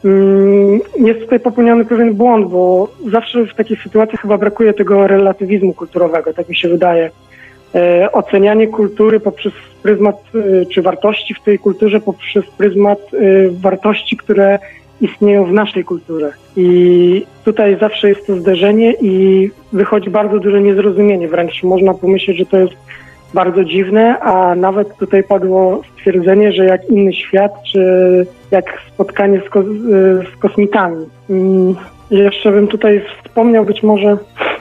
jest tutaj popełniony pewien błąd, bo zawsze w takiej sytuacji chyba brakuje tego relatywizmu kulturowego, tak mi się wydaje. Ocenianie kultury poprzez pryzmat, czy wartości w tej kulturze poprzez pryzmat wartości, które istnieją w naszej kulturze. I tutaj zawsze jest to zderzenie i wychodzi bardzo duże niezrozumienie. Wręcz można pomyśleć, że to jest bardzo dziwne, a nawet tutaj padło stwierdzenie, że jak inny świat, czy jak spotkanie z kosmitami. Jeszcze bym tutaj wspomniał być może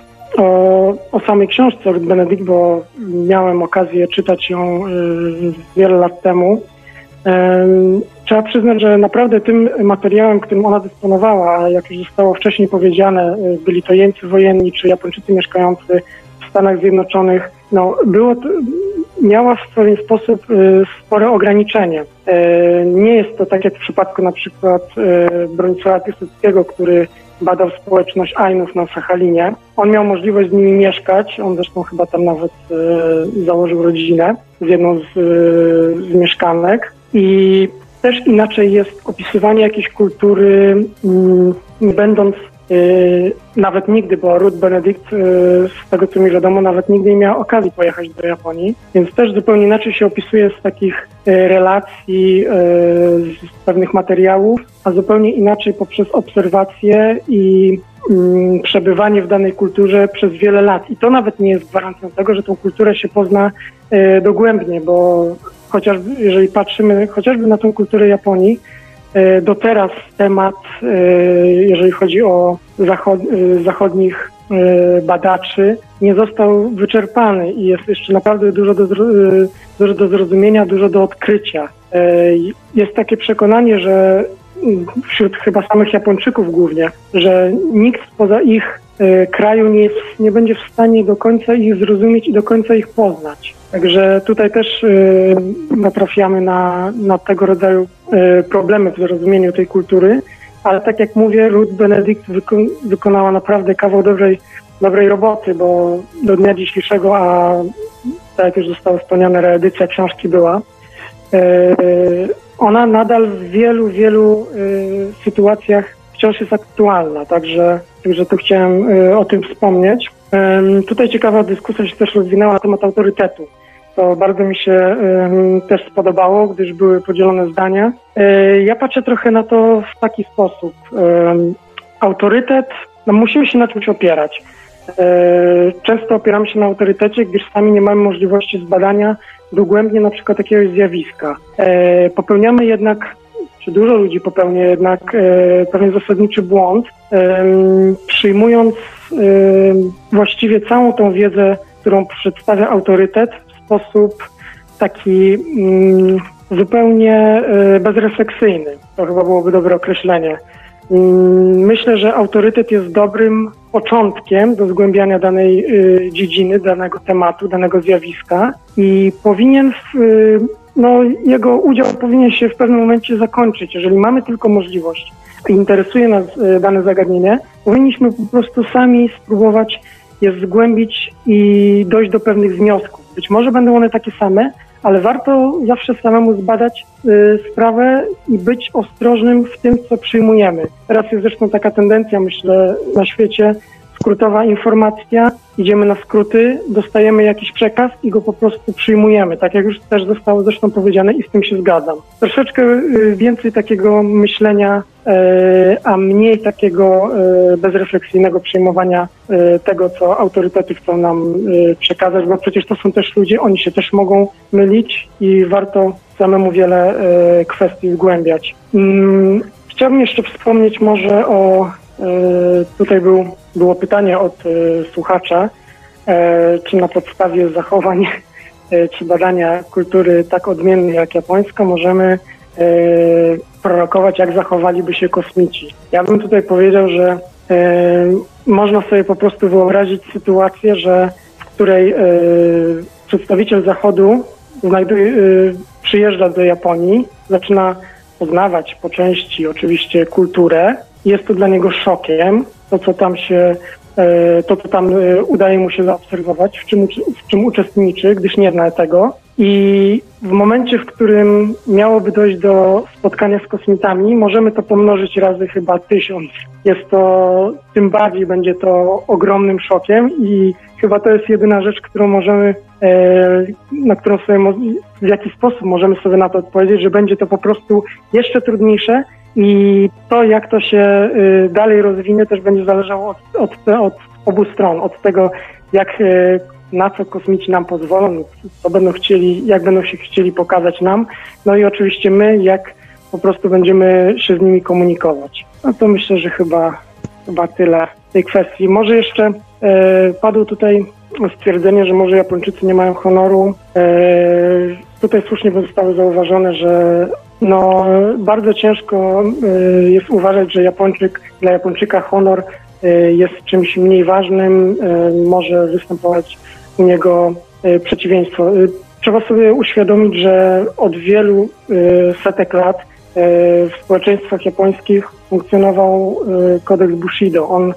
o samej książce Ruth Benedict, bo miałem okazję czytać ją wiele lat temu. Trzeba przyznać, że naprawdę tym materiałem, którym ona dysponowała, a jak już zostało wcześniej powiedziane, byli to jeńcy wojenni czy Japończycy mieszkający w Stanach Zjednoczonych, no miała w pewien sposób spore ograniczenie. Nie jest to tak jak w przypadku na przykład Bronisława Piłsudskiego, który badał społeczność Ainów na Sachalinie. On miał możliwość z nimi mieszkać, on zresztą chyba tam nawet założył rodzinę z jedną z mieszkanek. I też inaczej jest opisywanie jakiejś kultury, nie będąc nawet nigdy, bo Ruth Benedict, z tego co mi wiadomo, nawet nigdy nie miała okazji pojechać do Japonii, więc też zupełnie inaczej się opisuje z takich relacji, z pewnych materiałów, a zupełnie inaczej poprzez obserwacje i przebywanie w danej kulturze przez wiele lat. I to nawet nie jest gwarancją tego, że tą kulturę się pozna dogłębnie, bo chociażby, jeżeli patrzymy chociażby na tą kulturę Japonii, do teraz temat, jeżeli chodzi o zachodnich badaczy, nie został wyczerpany i jest jeszcze naprawdę dużo do zrozumienia, dużo do odkrycia. Jest takie przekonanie, że wśród chyba samych Japończyków głównie, że nikt spoza ich kraju nie będzie w stanie do końca ich zrozumieć i do końca ich poznać. Także tutaj też natrafiamy na tego rodzaju problemy w zrozumieniu tej kultury, ale tak jak mówię, Ruth Benedict wykonała naprawdę kawał dobrej roboty, bo do dnia dzisiejszego, a tak jak już zostało wspomniane, reedycja książki była, ona nadal w wielu sytuacjach wciąż jest aktualna, także tu chciałem o tym wspomnieć. Tutaj ciekawa dyskusja się też rozwinęła na temat autorytetu. To bardzo mi się też spodobało, gdyż były podzielone zdania. Ja patrzę trochę na to w taki sposób. Autorytet, no musimy się na czymś opierać. Często opieramy się na autorytecie, gdyż sami nie mamy możliwości zbadania dogłębnie na przykład jakiegoś zjawiska. Popełniamy jednak, czy dużo ludzi popełnia jednak pewien zasadniczy błąd, przyjmując właściwie całą tą wiedzę, którą przedstawia autorytet, w sposób taki zupełnie bezrefleksyjny. To chyba byłoby dobre określenie. Myślę, że autorytet jest dobrym początkiem do zgłębiania danej dziedziny, danego tematu, danego zjawiska i jego udział powinien się w pewnym momencie zakończyć. Jeżeli mamy tylko możliwość i interesuje nas dane zagadnienie, powinniśmy po prostu sami spróbować je zgłębić i dojść do pewnych wniosków. Być może będą one takie same, ale warto zawsze samemu zbadać sprawę i być ostrożnym w tym, co przyjmujemy. Teraz jest zresztą taka tendencja, myślę, na świecie, skrótowa informacja, idziemy na skróty, dostajemy jakiś przekaz i go po prostu przyjmujemy, tak jak już też zostało zresztą powiedziane i z tym się zgadzam. Troszeczkę więcej takiego myślenia, a mniej takiego bezrefleksyjnego przyjmowania tego, co autorytety chcą nam przekazać, bo przecież to są też ludzie, oni się też mogą mylić i warto samemu wiele kwestii zgłębiać. Chciałbym jeszcze wspomnieć może o tutaj było pytanie od słuchacza, czy na podstawie zachowań czy badania kultury tak odmiennej jak japońska możemy prorokować, jak zachowaliby się kosmici. Ja bym tutaj powiedział, że można sobie po prostu wyobrazić sytuację, w której przedstawiciel Zachodu przyjeżdża do Japonii, zaczyna poznawać po części oczywiście kulturę. Jest to dla niego szokiem, to co tam udaje mu się zaobserwować, w czym uczestniczy, gdyż nie zna tego. I w momencie, w którym miałoby dojść do spotkania z kosmitami, możemy to pomnożyć razy chyba 1000. Tym bardziej będzie to ogromnym szokiem i chyba to jest jedyna rzecz, którą możemy, na którą sobie w jakiś sposób możemy sobie na to odpowiedzieć, że będzie to po prostu jeszcze trudniejsze. I to, jak to się dalej rozwinie, też będzie zależało od obu stron, od tego, na co kosmici nam pozwolą, co będą chcieli, jak będą się chcieli pokazać nam. No i oczywiście my, jak po prostu będziemy się z nimi komunikować. No to myślę, że chyba tyle w tej kwestii. Może jeszcze padło tutaj stwierdzenie, że może Japończycy nie mają honoru. tutaj słusznie zostało zauważone, że no, bardzo ciężko jest uważać, że dla Japończyka honor jest czymś mniej ważnym, może występować u niego przeciwieństwo. Trzeba sobie uświadomić, że od wielu setek lat w społeczeństwach japońskich funkcjonował kodeks Bushido. On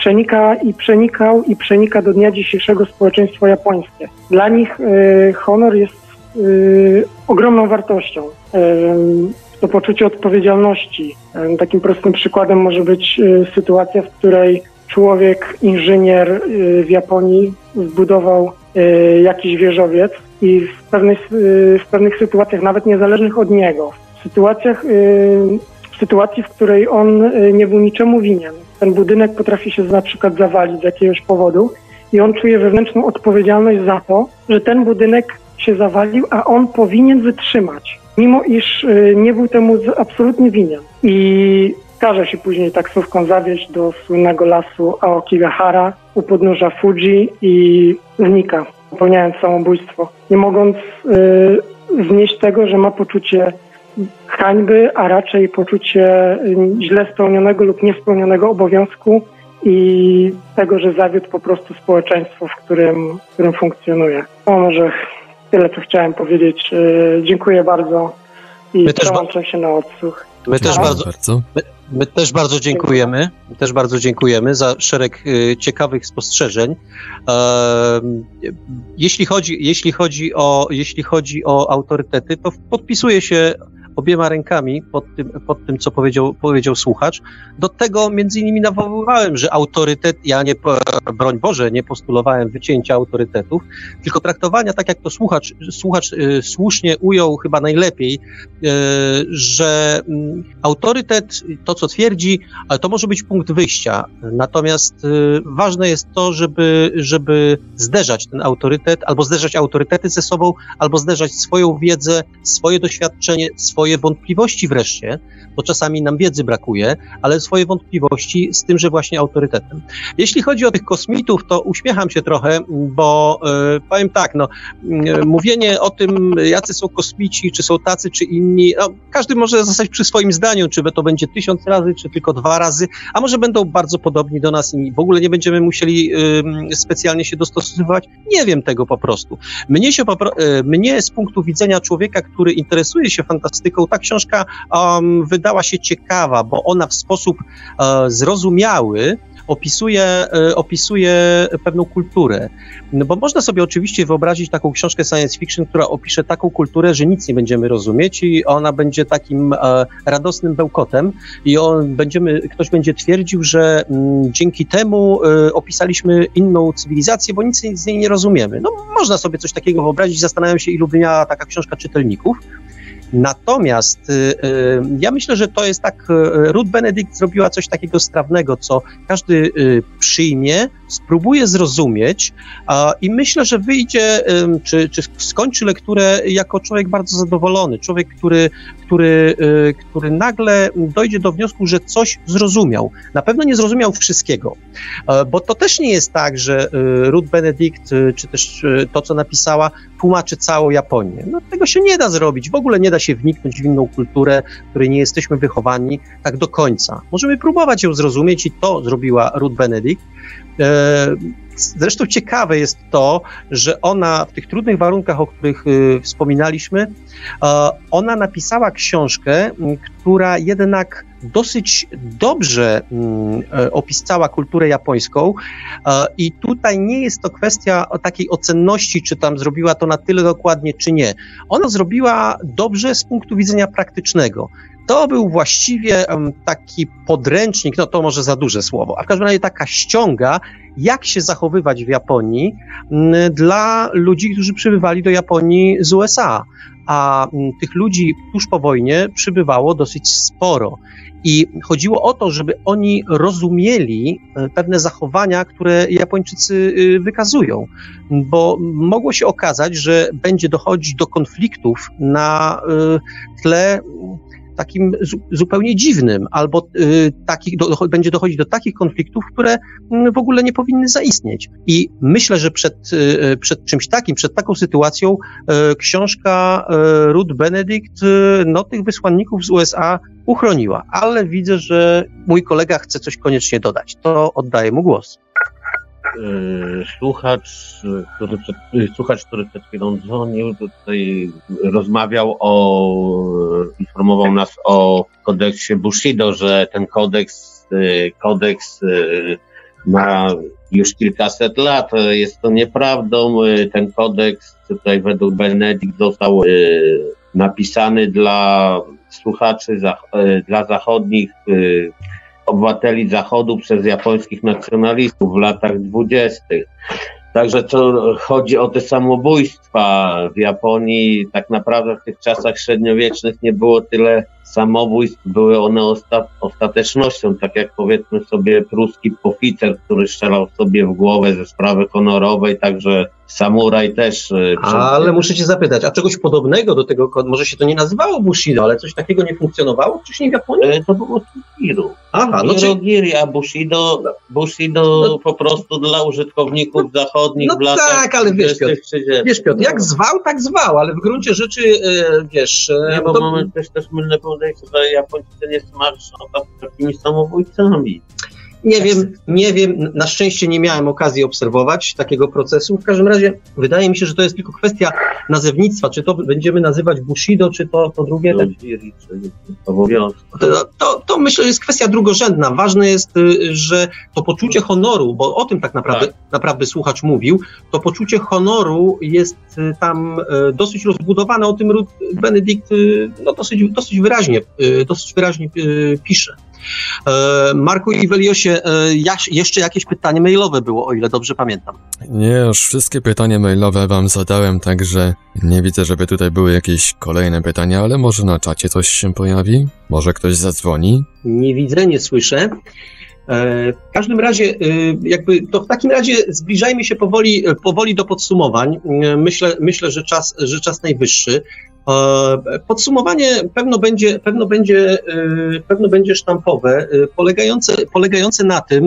przenika do dnia dzisiejszego społeczeństwo japońskie. Dla nich honor jest ogromną wartością. To poczucie odpowiedzialności. Takim prostym przykładem może być sytuacja, w której człowiek, inżynier w Japonii zbudował jakiś wieżowiec i w pewnych sytuacjach, nawet niezależnych od niego, w sytuacji, w której on nie był niczemu winien, ten budynek potrafi się na przykład zawalić z jakiegoś powodu i on czuje wewnętrzną odpowiedzialność za to, że ten budynek się zawalił, a on powinien wytrzymać, mimo iż nie był temu absolutnie winien. I każe się później taksówką zawieźć do słynnego lasu Aokigahara u podnóża Fuji i znika, popełniając samobójstwo, nie mogąc znieść tego, że ma poczucie hańby, a raczej poczucie źle spełnionego lub niespełnionego obowiązku i tego, że zawiódł po prostu społeczeństwo, w którym funkcjonuje. No może tyle, co chciałem powiedzieć. Dziękuję bardzo i przełączam się na odsłuch. My też bardzo dziękujemy za szereg ciekawych spostrzeżeń. Jeśli chodzi o autorytety, to podpisuję się obiema rękami pod tym, co powiedział słuchacz. Do tego między innymi nawoływałem, że autorytet, ja broń Boże, nie postulowałem wycięcia autorytetów, tylko traktowania, tak jak to słuchacz słusznie ujął chyba najlepiej, że autorytet, to co twierdzi, ale to może być punkt wyjścia. Natomiast ważne jest to, żeby zderzać ten autorytet, albo zderzać autorytety ze sobą, albo zderzać swoją wiedzę, swoje doświadczenie, swoje wątpliwości wreszcie, bo czasami nam wiedzy brakuje, ale swoje wątpliwości z tymże właśnie autorytetem. Jeśli chodzi o tych kosmitów, to uśmiecham się trochę, bo powiem tak, mówienie o tym, jacy są kosmici, czy są tacy, czy inni, każdy może zostać przy swoim zdaniu, czy to będzie 1000 razy, czy tylko 2 razy, a może będą bardzo podobni do nas i w ogóle nie będziemy musieli specjalnie się dostosowywać. Nie wiem tego po prostu. Mnie z punktu widzenia człowieka, który interesuje się fantastyką, ta książka wydała się ciekawa, bo ona w sposób zrozumiały opisuje pewną kulturę. No bo można sobie oczywiście wyobrazić taką książkę science fiction, która opisze taką kulturę, że nic nie będziemy rozumieć i ona będzie takim radosnym bełkotem i ktoś będzie twierdził, że dzięki temu opisaliśmy inną cywilizację, bo nic z niej nie rozumiemy. No można sobie coś takiego wyobrazić, zastanawiam się, ilu by miała taka książka czytelników. Natomiast ja myślę, że to jest tak, Ruth Benedict zrobiła coś takiego strawnego, co każdy przyjmie, spróbuje zrozumieć i myślę, że wyjdzie, czy skończy lekturę jako człowiek bardzo zadowolony, człowiek, który nagle dojdzie do wniosku, że coś zrozumiał. Na pewno nie zrozumiał wszystkiego, bo to też nie jest tak, że Ruth Benedict, czy też to, co napisała, tłumaczy całą Japonię. No, tego się nie da zrobić. W ogóle nie da się wniknąć w inną kulturę, w której nie jesteśmy wychowani tak do końca. Możemy próbować ją zrozumieć i to zrobiła Ruth Benedict. Zresztą ciekawe jest to, że ona w tych trudnych warunkach, o których wspominaliśmy, ona napisała książkę, która jednak dosyć dobrze opisała kulturę japońską i tutaj nie jest to kwestia takiej ocenności, czy tam zrobiła to na tyle dokładnie, czy nie. Ona zrobiła dobrze z punktu widzenia praktycznego. To był właściwie taki podręcznik, no to może za duże słowo, a w każdym razie taka ściąga, jak się zachowywać w Japonii dla ludzi, którzy przybywali do Japonii z USA. A tych ludzi tuż po wojnie przybywało dosyć sporo. I chodziło o to, żeby oni rozumieli pewne zachowania, które Japończycy wykazują, bo mogło się okazać, że będzie dochodzić do konfliktów na tle takim zupełnie dziwnym, albo będzie dochodzić do takich konfliktów, które w ogóle nie powinny zaistnieć. I myślę, że przed czymś takim, przed taką sytuacją książka Ruth Benedict tych wysłanników z USA uchroniła, ale widzę, że mój kolega chce coś koniecznie dodać. To oddaję mu głos. Słuchacz, który przed chwilą dzwonił, tutaj rozmawiał informował nas o kodeksie Bushido, że ten kodeks ma już kilkaset lat. Jest to nieprawdą. Ten kodeks tutaj według Benedict został napisany dla słuchaczy, dla zachodnich obywateli Zachodu przez japońskich nacjonalistów w latach 20. Także to chodzi o te samobójstwa. W Japonii tak naprawdę w tych czasach średniowiecznych nie było tyle samobójstw, były one ostatecznością, tak jak powiedzmy sobie pruski oficer, który strzelał sobie w głowę ze sprawy honorowej, także samuraj też. Ale muszę cię zapytać, a czegoś podobnego do tego, może się to nie nazywało Bushido, ale coś takiego nie funkcjonowało wcześniej w Japonii? To było Kiru. Aha, Giri, a Bushido po prostu dla użytkowników zachodnich w latach... tak, ale wiesz Piotr, jak zwał, tak zwał, ale w gruncie rzeczy, Nie, bo mamy też mylne podejście, że Japończycy nie smaczą takimi samobójcami. Nie wiem, na szczęście nie miałem okazji obserwować takiego procesu. W każdym razie wydaje mi się, że to jest tylko kwestia nazewnictwa, czy to będziemy nazywać Bushido, czy to drugie. To myślę, że jest kwestia drugorzędna. Ważne jest, że to poczucie honoru, bo o tym tak naprawdę słuchacz mówił, to poczucie honoru jest tam dosyć rozbudowane, o tym Ruth Benedict dosyć wyraźnie pisze. Marku i Weliosie, jeszcze jakieś pytanie mailowe było, o ile dobrze pamiętam. Nie, już wszystkie pytania mailowe wam zadałem, także nie widzę, żeby tutaj były jakieś kolejne pytania, ale może na czacie coś się pojawi? Może ktoś zadzwoni? Nie widzę, nie słyszę. W każdym razie, to w takim razie zbliżajmy się powoli do podsumowań. Myślę, że czas najwyższy. Podsumowanie pewno będzie sztampowe, polegające na tym,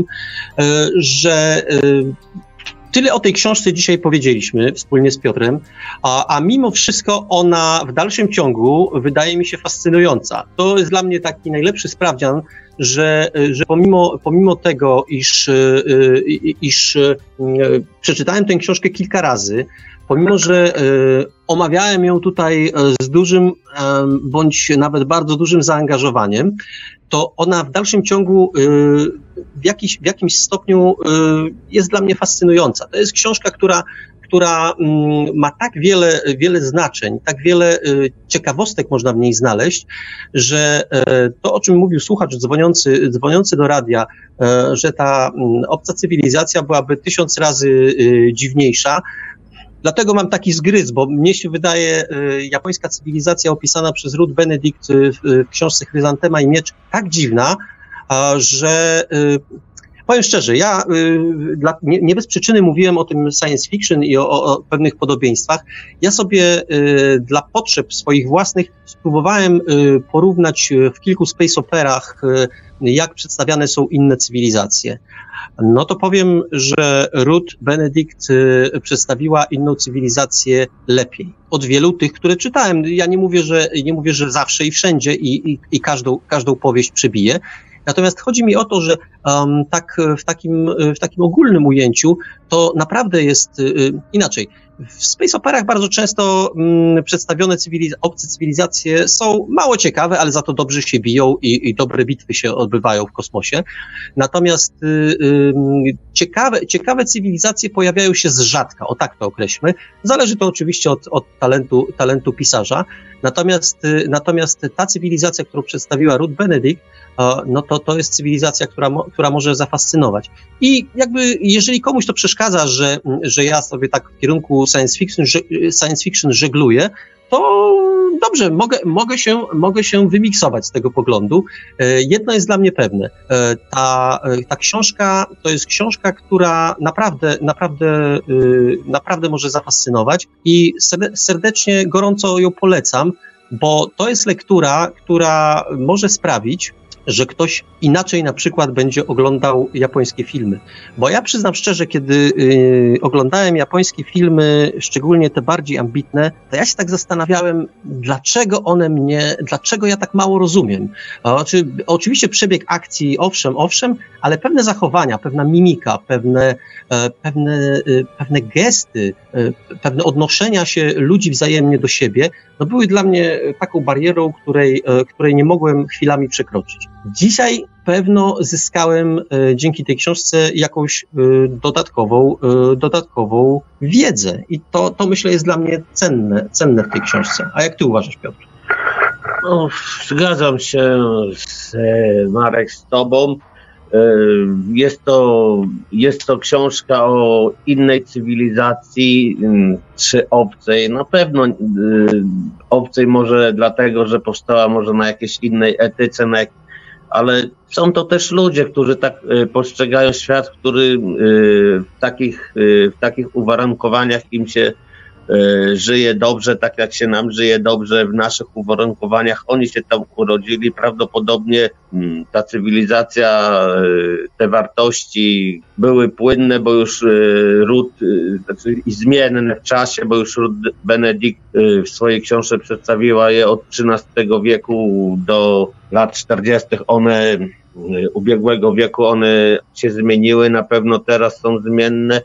że tyle o tej książce dzisiaj powiedzieliśmy wspólnie z Piotrem, a mimo wszystko ona w dalszym ciągu wydaje mi się fascynująca. To jest dla mnie taki najlepszy sprawdzian, że pomimo tego, iż przeczytałem tę książkę kilka razy, pomimo że omawiałem ją tutaj z dużym bądź nawet bardzo dużym zaangażowaniem, to ona w dalszym ciągu w jakimś stopniu jest dla mnie fascynująca. To jest książka, która ma tak wiele znaczeń, tak wiele ciekawostek można w niej znaleźć, że to, o czym mówił słuchacz dzwoniący do radia, że ta obca cywilizacja byłaby 1000 razy dziwniejsza. Dlatego mam taki zgryz, bo mnie się wydaje japońska cywilizacja opisana przez Ruth Benedict w książce Chryzantema i Miecz tak dziwna, że powiem szczerze, ja nie bez przyczyny mówiłem o tym science fiction i o pewnych podobieństwach. Ja sobie dla potrzeb swoich własnych spróbowałem porównać w kilku space operach, jak przedstawiane są inne cywilizacje. No to powiem, że Ruth Benedict przedstawiła inną cywilizację lepiej od wielu tych, które czytałem. Ja nie mówię, że zawsze i wszędzie i każdą powieść przebije. Natomiast chodzi mi o to, że w takim ogólnym ujęciu to naprawdę jest inaczej. W space operach bardzo często przedstawione obce cywilizacje są mało ciekawe, ale za to dobrze się biją i dobre bitwy się odbywają w kosmosie. Natomiast ciekawe cywilizacje pojawiają się z rzadka, o tak to określmy. Zależy to oczywiście od talentu pisarza. Natomiast ta cywilizacja, którą przedstawiła Ruth Benedict, no to jest cywilizacja, która może zafascynować. I jakby jeżeli komuś to przeszkadza, że ja sobie tak w kierunku science fiction żegluję, to dobrze, mogę się wymiksować z tego poglądu. Jedno jest dla mnie pewne. Ta książka to jest książka, która naprawdę może zafascynować i serdecznie, gorąco ją polecam. bo to jest lektura, która może sprawić, że ktoś inaczej na przykład będzie oglądał japońskie filmy. Bo ja przyznam szczerze, kiedy oglądałem japońskie filmy, szczególnie te bardziej ambitne, to ja się tak zastanawiałem, dlaczego ja tak mało rozumiem. Oczywiście przebieg akcji, owszem, ale pewne zachowania, pewna mimika, pewne gesty, pewne odnoszenia się ludzi wzajemnie do siebie, no były dla mnie taką barierą, której nie mogłem chwilami przekroczyć. Dzisiaj pewno zyskałem dzięki tej książce jakąś dodatkową wiedzę i to myślę jest dla mnie cenne w tej książce. A jak ty uważasz, Piotr? No, zgadzam się Marek z tobą. Jest to książka o innej cywilizacji, czy obcej. Na pewno obcej może dlatego, że powstała może na jakiejś innej etyce, ale są to też ludzie, którzy tak postrzegają świat, który w takich uwarunkowaniach im się żyje dobrze, tak jak się nam żyje dobrze w naszych uwarunkowaniach. Oni się tam urodzili, prawdopodobnie ta cywilizacja, te wartości były płynne, bo już ród i zmienne w czasie, bo już ród Benedikt w swojej książce przedstawiła je od XIII wieku do lat 40. Ubiegłego wieku one się zmieniły, na pewno teraz są zmienne.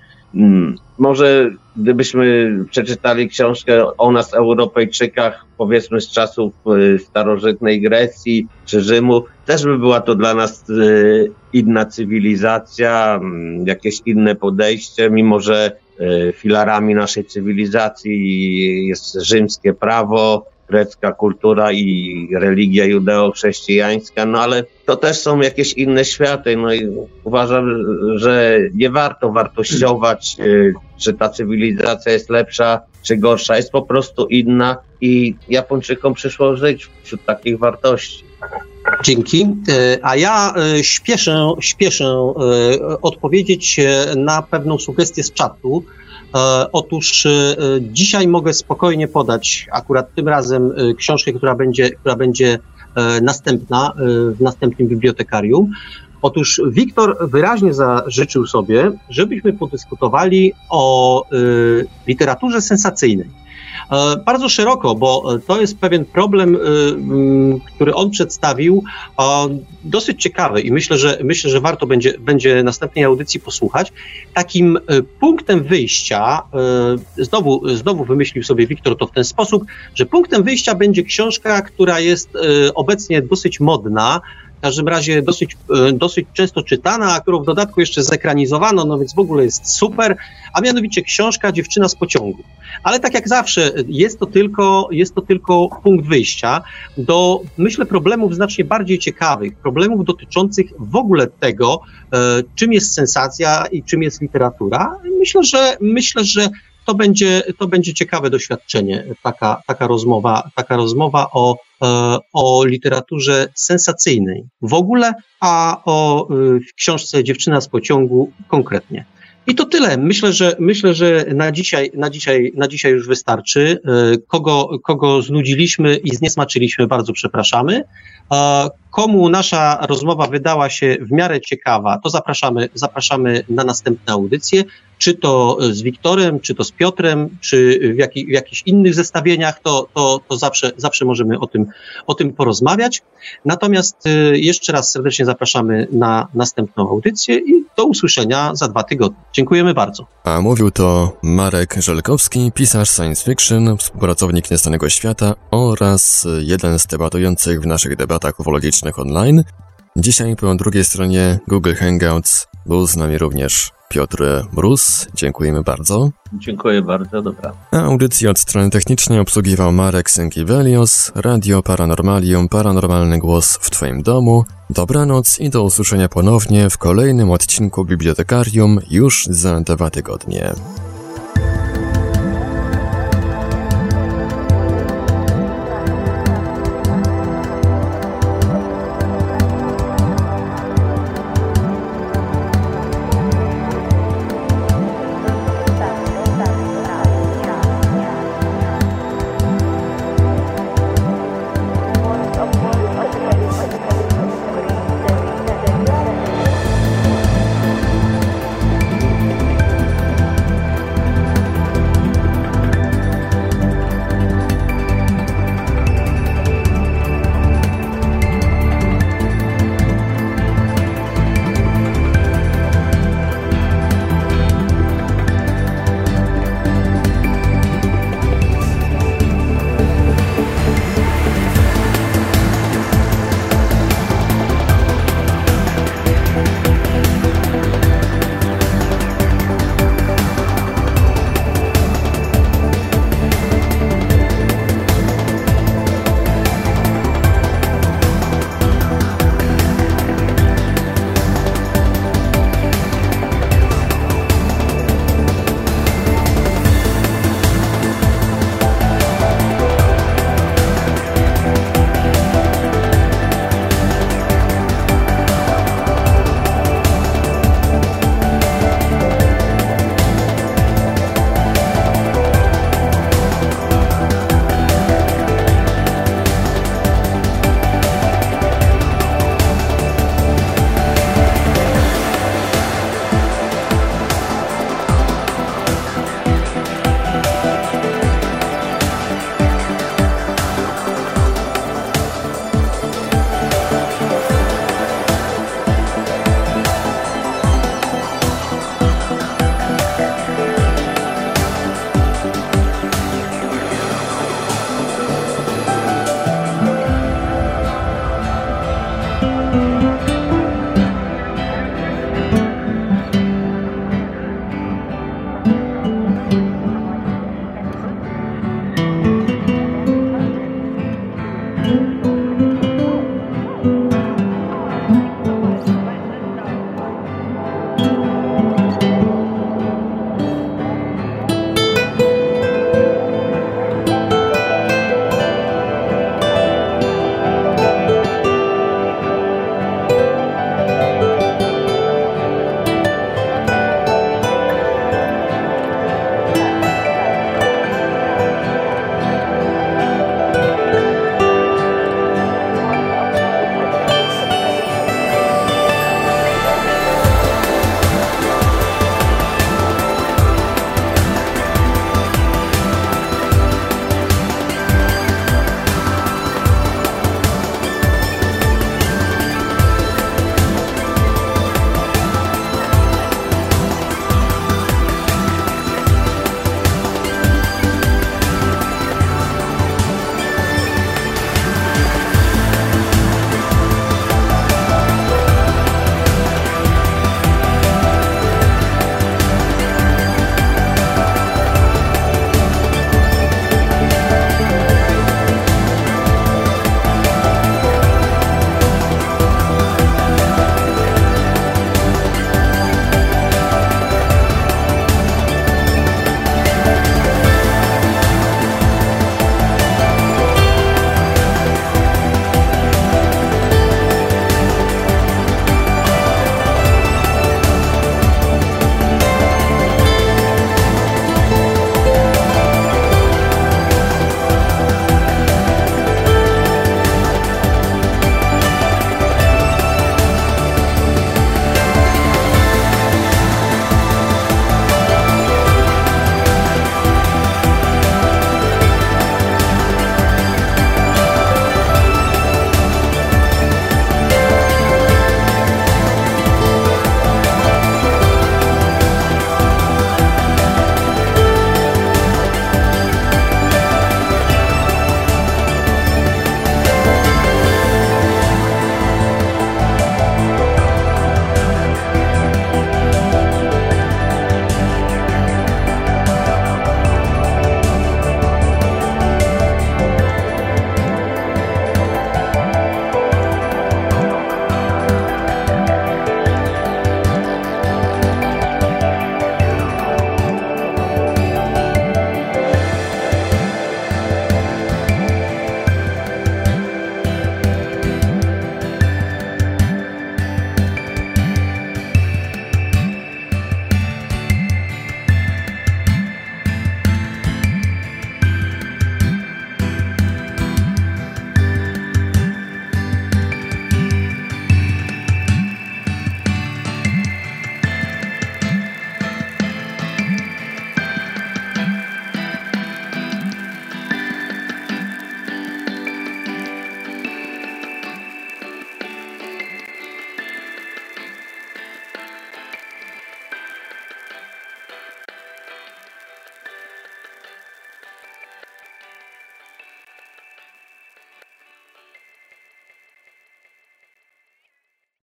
Może gdybyśmy przeczytali książkę o nas, Europejczykach, powiedzmy z czasów starożytnej Grecji czy Rzymu, też by była to dla nas inna cywilizacja, jakieś inne podejście, mimo że filarami naszej cywilizacji jest rzymskie prawo, grecka kultura i religia judeo-chrześcijańska, no ale to też są jakieś inne światy, no i uważam, że nie warto wartościować, czy ta cywilizacja jest lepsza, czy gorsza, jest po prostu inna i Japończykom przyszło żyć wśród takich wartości. Dzięki. A ja śpieszę odpowiedzieć na pewną sugestię z czatu. Otóż dzisiaj mogę spokojnie podać akurat tym razem książkę, która będzie następna w następnym bibliotekarium. Otóż Wiktor wyraźnie zażyczył sobie, żebyśmy podyskutowali o literaturze sensacyjnej. Bardzo szeroko, bo to jest pewien problem, który on przedstawił, dosyć ciekawy i myślę, że warto będzie następnej audycji posłuchać. Takim punktem wyjścia, znowu wymyślił sobie Wiktor to w ten sposób, że punktem wyjścia będzie książka, która jest obecnie dosyć modna, w każdym razie dosyć często czytana, a którą w dodatku jeszcze zekranizowano, no więc w ogóle jest super, a mianowicie książka Dziewczyna z pociągu. Ale tak jak zawsze jest to tylko punkt wyjścia do, myślę, problemów znacznie bardziej ciekawych, problemów dotyczących w ogóle tego, czym jest sensacja i czym jest literatura. Myślę, że to będzie ciekawe doświadczenie, taka rozmowa o literaturze sensacyjnej w ogóle, a o książce Dziewczyna z pociągu konkretnie. I to tyle. Myślę, że na dzisiaj już wystarczy. Kogo znudziliśmy i zniesmaczyliśmy, bardzo przepraszamy. Komu nasza rozmowa wydała się w miarę ciekawa, to zapraszamy na następne audycje, czy to z Wiktorem, czy to z Piotrem, czy w jakichś innych zestawieniach, to zawsze możemy o tym porozmawiać. Natomiast jeszcze raz serdecznie zapraszamy na następną audycję i do usłyszenia za 2 tygodnie. Dziękujemy bardzo. A mówił to Marek Żelkowski, pisarz science fiction, współpracownik Nieznanego Świata oraz jeden z debatujących w naszych debatach ufologicznych online. Dzisiaj po drugiej stronie Google Hangouts był z nami również Piotr Mróz. Dziękujemy bardzo. Dziękuję bardzo, dobra. A audycję od strony technicznej obsługiwał Marek Sękiewelios, Radio Paranormalium, paranormalny głos w Twoim domu. Dobranoc i do usłyszenia ponownie w kolejnym odcinku Bibliotekarium już za 2 tygodnie.